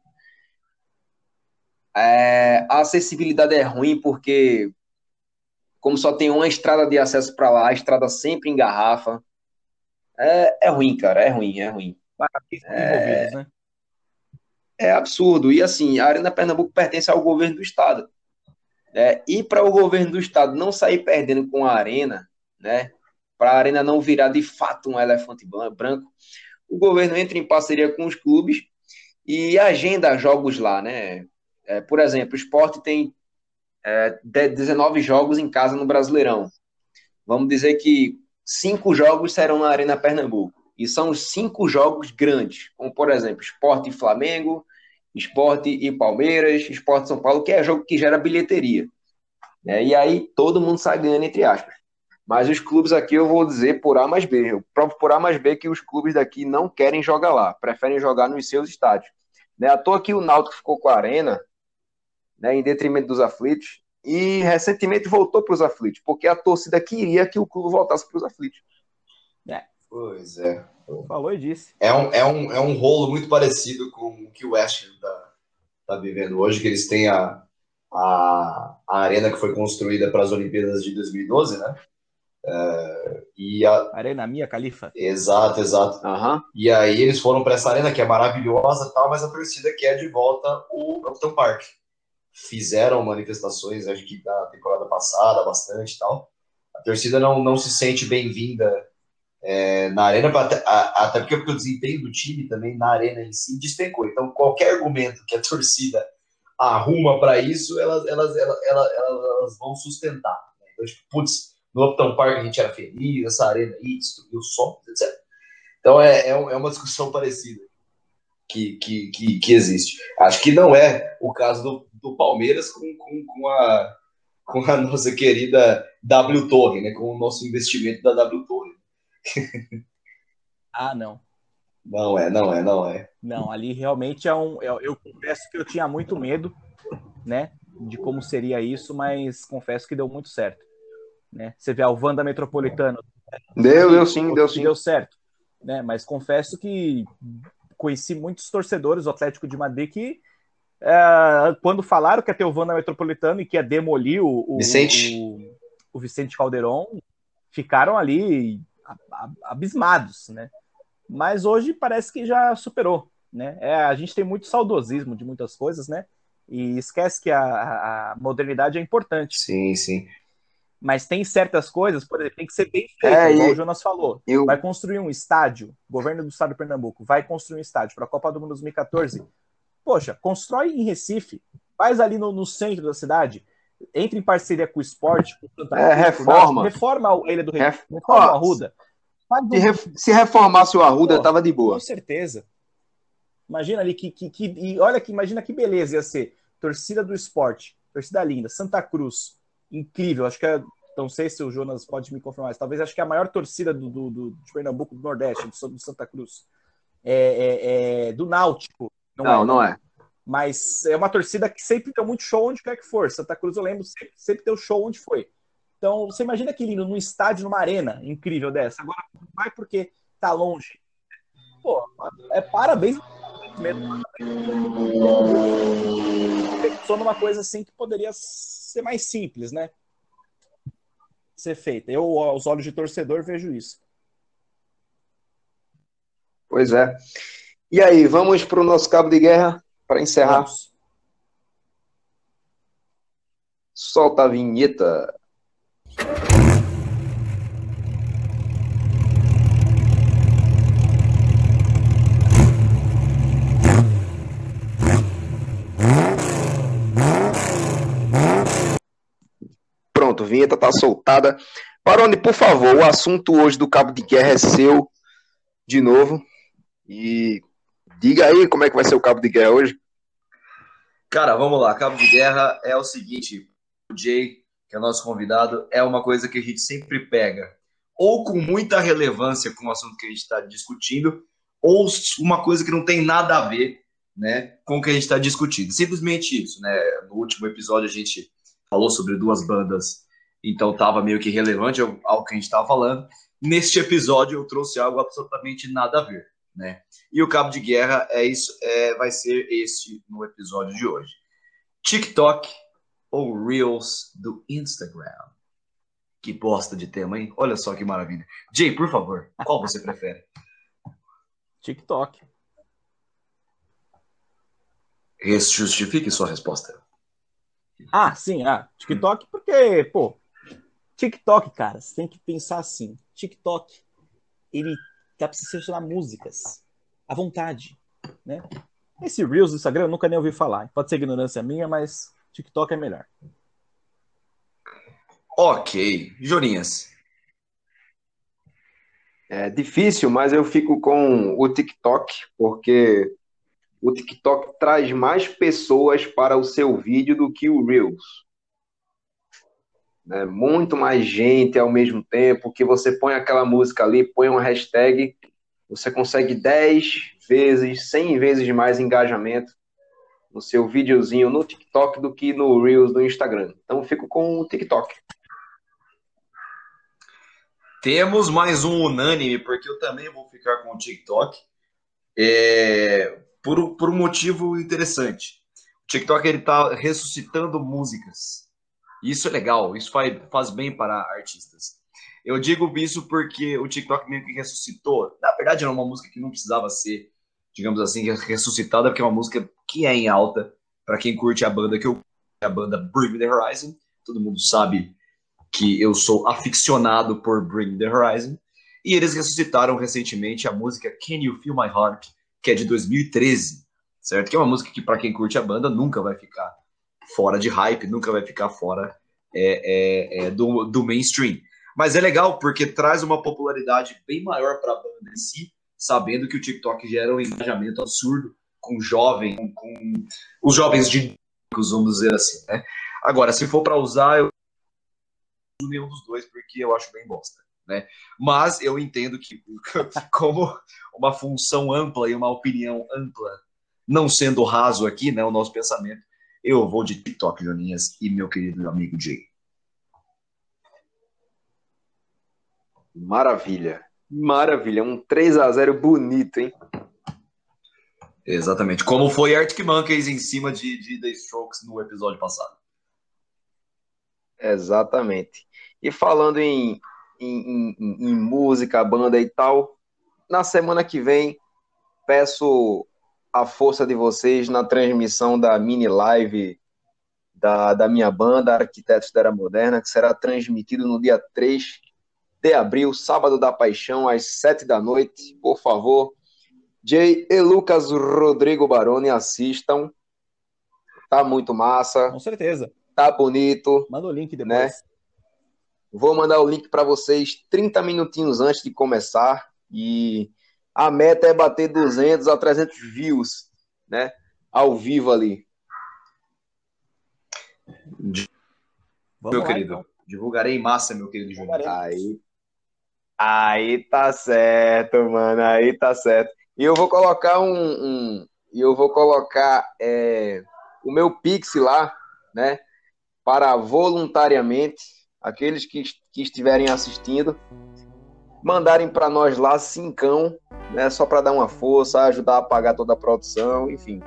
A acessibilidade é ruim porque como só tem uma estrada de acesso para lá, a estrada sempre engarrafa. É ruim, cara, é ruim, é ruim. Envolvidos, né? É absurdo. E assim, a Arena Pernambuco pertence ao governo do estado. Né? E para o governo do estado não sair perdendo com a Arena, né? Para a Arena não virar de fato um elefante branco, o governo entra em parceria com os clubes e agenda jogos lá, né? Por exemplo, o Sport tem 19 jogos em casa no Brasileirão. Vamos dizer que 5 jogos serão na Arena Pernambuco. E são os 5 jogos grandes, como por exemplo, Sport e Flamengo, Sport e Palmeiras, Sport São Paulo, que é jogo que gera bilheteria. E aí todo mundo sai ganhando, entre aspas. Mas os clubes aqui eu vou dizer por A mais B. Eu provo por A mais B que os clubes daqui não querem jogar lá, preferem jogar nos seus estádios. À toa que o Náutico ficou com a Arena, né, em detrimento dos aflitos, e recentemente voltou para os aflitos, porque a torcida queria que o clube voltasse para os aflitos. Pois é. Falou e disse. É um rolo muito parecido com o que o West tá vivendo hoje, que eles têm a arena que foi construída para as Olimpíadas de 2012, né? Arena Mia Khalifa. Exato, exato. Aham. E aí eles foram para essa arena que é maravilhosa e tal, mas a torcida quer de volta o Upton Park. Fizeram manifestações, acho que da temporada passada, bastante e tal. A torcida não se sente bem-vinda na arena, até porque o desempenho do time também na arena em si despencou. Então, qualquer argumento que a torcida arruma para isso, elas vão sustentar. Então, tipo, putz, no Upton Park a gente era feliz, essa arena aí destruiu o som, etc. Então, é uma discussão parecida que existe. Acho que não é o caso do Palmeiras com a nossa querida W Torre, né? Com o nosso investimento da W Torre. Ah, não. Não é. Não, ali realmente eu confesso que eu tinha muito medo, né, de como seria isso, mas confesso que deu muito certo, né? Você vê a Wanda Metropolitano. Deu sim. Deu certo, né? Mas confesso que conheci muitos torcedores do Atlético de Madrid que quando falaram que ia ter o Wanda Metropolitano e que ia demolir o Vicente Calderon, ficaram ali abismados, né? Mas hoje parece que já superou, né? A gente tem muito saudosismo de muitas coisas, né? E esquece que a modernidade é importante. Sim. Mas tem certas coisas, por exemplo, tem que ser bem feito, igual o Jonas falou. Vai construir um estádio, o governo do estado de Pernambuco vai construir um estádio para a Copa do Mundo 2014. Poxa, constrói em Recife, faz ali no centro da cidade, entra em parceria com o esporte, com o Santa Cruz, reforma a Ilha do Recife, reforma o Arruda. Se reformasse o Arruda, tava de boa. Com certeza. Imagina ali imagina que beleza ia ser. Torcida do esporte, torcida linda, Santa Cruz, incrível. Acho que não sei se o Jonas pode me confirmar, mas talvez acho que é a maior torcida de Pernambuco, do Nordeste, do Santa Cruz. Do Náutico. Não é. Mas é uma torcida que sempre deu muito show onde quer que for. Santa Cruz, eu lembro, sempre deu show onde foi. Então, você imagina que lindo, num estádio, numa arena incrível dessa. Agora, vai porque tá longe. Pô, parabéns mesmo. Pensou numa coisa assim que poderia ser mais simples, né? Ser feita. Eu, aos olhos de torcedor, vejo isso. Pois é. E aí, vamos para o nosso cabo de guerra para encerrar? Vamos. Solta a vinheta. Pronto, a vinheta tá soltada. Barone, por favor, o assunto hoje do cabo de guerra é seu de novo. E diga aí como é que vai ser o cabo de guerra hoje. Cara, vamos lá. Cabo de guerra é o seguinte. O Jay, que é o nosso convidado, é uma coisa que a gente sempre pega ou com muita relevância com o assunto que a gente está discutindo, ou uma coisa que não tem nada a ver, né, com o que a gente está discutindo. Simplesmente isso, né? No último episódio a gente falou sobre duas bandas, então estava meio que relevante ao que a gente estava falando. Neste episódio eu trouxe algo absolutamente nada a ver, né? E o cabo de guerra vai ser este no episódio de hoje. TikTok ou Reels do Instagram? Que bosta de tema, hein? Olha só que maravilha. Jay, por favor, qual você prefere? TikTok. Justifique sua resposta. Sim. TikTok porque, TikTok, cara, você tem que pensar assim. TikTok, ele dá pra você selecionar músicas à vontade, né? Esse Reels do Instagram eu nunca nem ouvi falar. Pode ser ignorância minha, mas TikTok é melhor. Ok. Joninhas. É difícil, mas eu fico com o TikTok, porque o TikTok traz mais pessoas para o seu vídeo do que o Reels. Né? Muito mais gente ao mesmo tempo, que você põe aquela música ali, põe uma hashtag, você consegue 10 vezes, 100 vezes mais engajamento no seu videozinho no TikTok do que no Reels do Instagram. Então eu fico com o TikTok. Temos mais um unânime, porque eu também vou ficar com o TikTok. Por um motivo interessante. O TikTok ele tá ressuscitando músicas. E isso é legal, isso faz bem para artistas. Eu digo isso porque o TikTok meio que ressuscitou. Na verdade, era uma música que não precisava ser, digamos assim, ressuscitada, porque é uma música que é em alta para quem curte a banda que eu curto, a banda Bring Me The Horizon. Todo mundo sabe que eu sou aficionado por Bring Me The Horizon. E eles ressuscitaram recentemente a música Can You Feel My Heart, que é de 2013, certo? Que é uma música que, para quem curte a banda, nunca vai ficar fora de hype, nunca vai ficar fora do mainstream. Mas é legal porque traz uma popularidade bem maior para a banda em si, sabendo que o TikTok gera um engajamento absurdo com os jovens dinâmicos, vamos dizer assim, né? Agora, se for para usar, eu não uso nenhum dos dois porque eu acho bem bosta, né? Mas eu entendo que, como uma função ampla e uma opinião ampla, não sendo raso aqui, né, o nosso pensamento, eu vou de TikTok, Joninhas, e meu querido amigo Jay. Maravilha. Maravilha. Um 3-0 bonito, hein? Exatamente. Como foi Arctic Monkeys em cima de The Strokes no episódio passado. Exatamente. E falando em música, banda e tal, na semana que vem, peço a força de vocês na transmissão da mini live da minha banda, Arquitetos da Era Moderna, que será transmitido no dia 3 de abril, sábado da paixão, às 7 da noite. Por favor, Jay e Lucas Rodrigo Baroni, assistam. Tá muito massa. Com certeza. Tá bonito. Manda o link depois. Né? Vou mandar o link para vocês 30 minutinhos antes de começar. E a meta é bater 200 a 300 views, né? Ao vivo ali. Meu querido. Então. Divulgarei em massa, meu querido Júnior. Aí tá certo, mano. Aí tá certo. E eu vou colocar o meu Pix lá, né? Para voluntariamente, aqueles que estiverem assistindo, mandarem para nós lá 5, né? Só para dar uma força, ajudar a pagar toda a produção, enfim.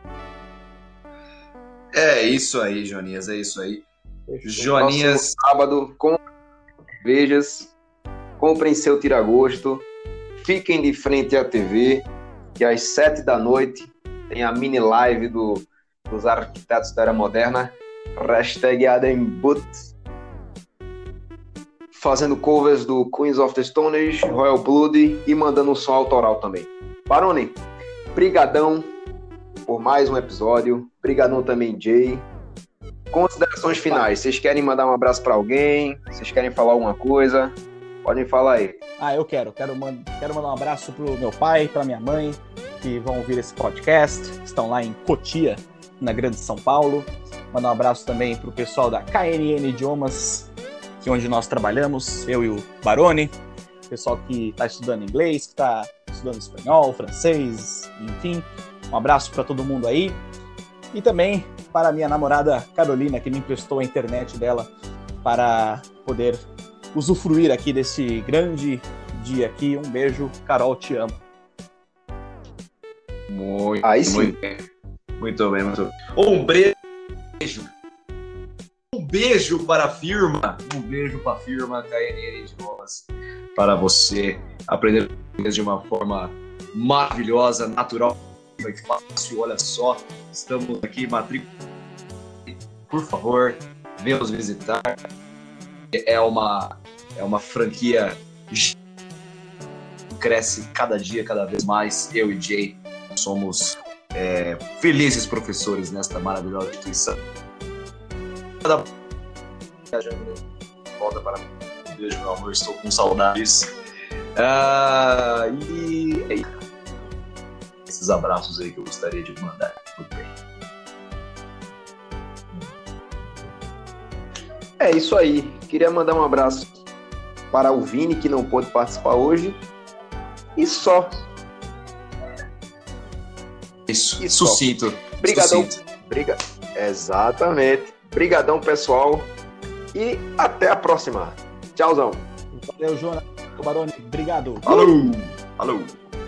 É isso aí, Joninhas. É isso aí. Joninhas. Sábado, com cervejas. Comprem seu tira-gosto, fiquem de frente à TV, que às 7 da noite tem a mini live dos Arquitetos da Era Moderna, #Adembut, fazendo covers do Queens of the Stone Age, Royal Blood e mandando um som autoral também. Baroni, brigadão por mais um episódio, brigadão também, Jay. Considerações finais, vocês querem mandar um abraço para alguém? Vocês querem falar alguma coisa? Podem falar aí. Eu quero mandar um abraço pro meu pai, pra minha mãe, que vão ouvir esse podcast, estão lá em Cotia, na Grande São Paulo. Mandar um abraço também pro pessoal da KNN Idiomas, que é onde nós trabalhamos, eu e o Baroni, pessoal que está estudando inglês, que está estudando espanhol, francês, enfim. Um abraço para todo mundo aí. E também para a minha namorada Carolina, que me emprestou a internet dela para poder usufruir aqui desse grande dia aqui. Um beijo, Carol, te amo. Muito bem. Muito bem. Um beijo para a firma. Um beijo para a firma KNN de nós. Para você aprender de uma forma maravilhosa, natural e fácil. Olha só, estamos aqui, matrícula. Por favor, venha nos visitar. É uma franquia que cresce cada dia, cada vez mais. Eu e Jay somos felizes professores nesta maravilhosa instituição. Volta para mim. Um beijo, meu amor. Estou com saudades. E é isso. Esses abraços aí que eu gostaria de mandar. Muito bem. É isso aí. Queria mandar um abraço para o Vini, que não pôde participar hoje. E só. Isso. Sucinto. Obrigadão. Exatamente. Obrigadão, pessoal. E até a próxima. Tchauzão. Valeu, Jonas. Baroni. Obrigado. Falou.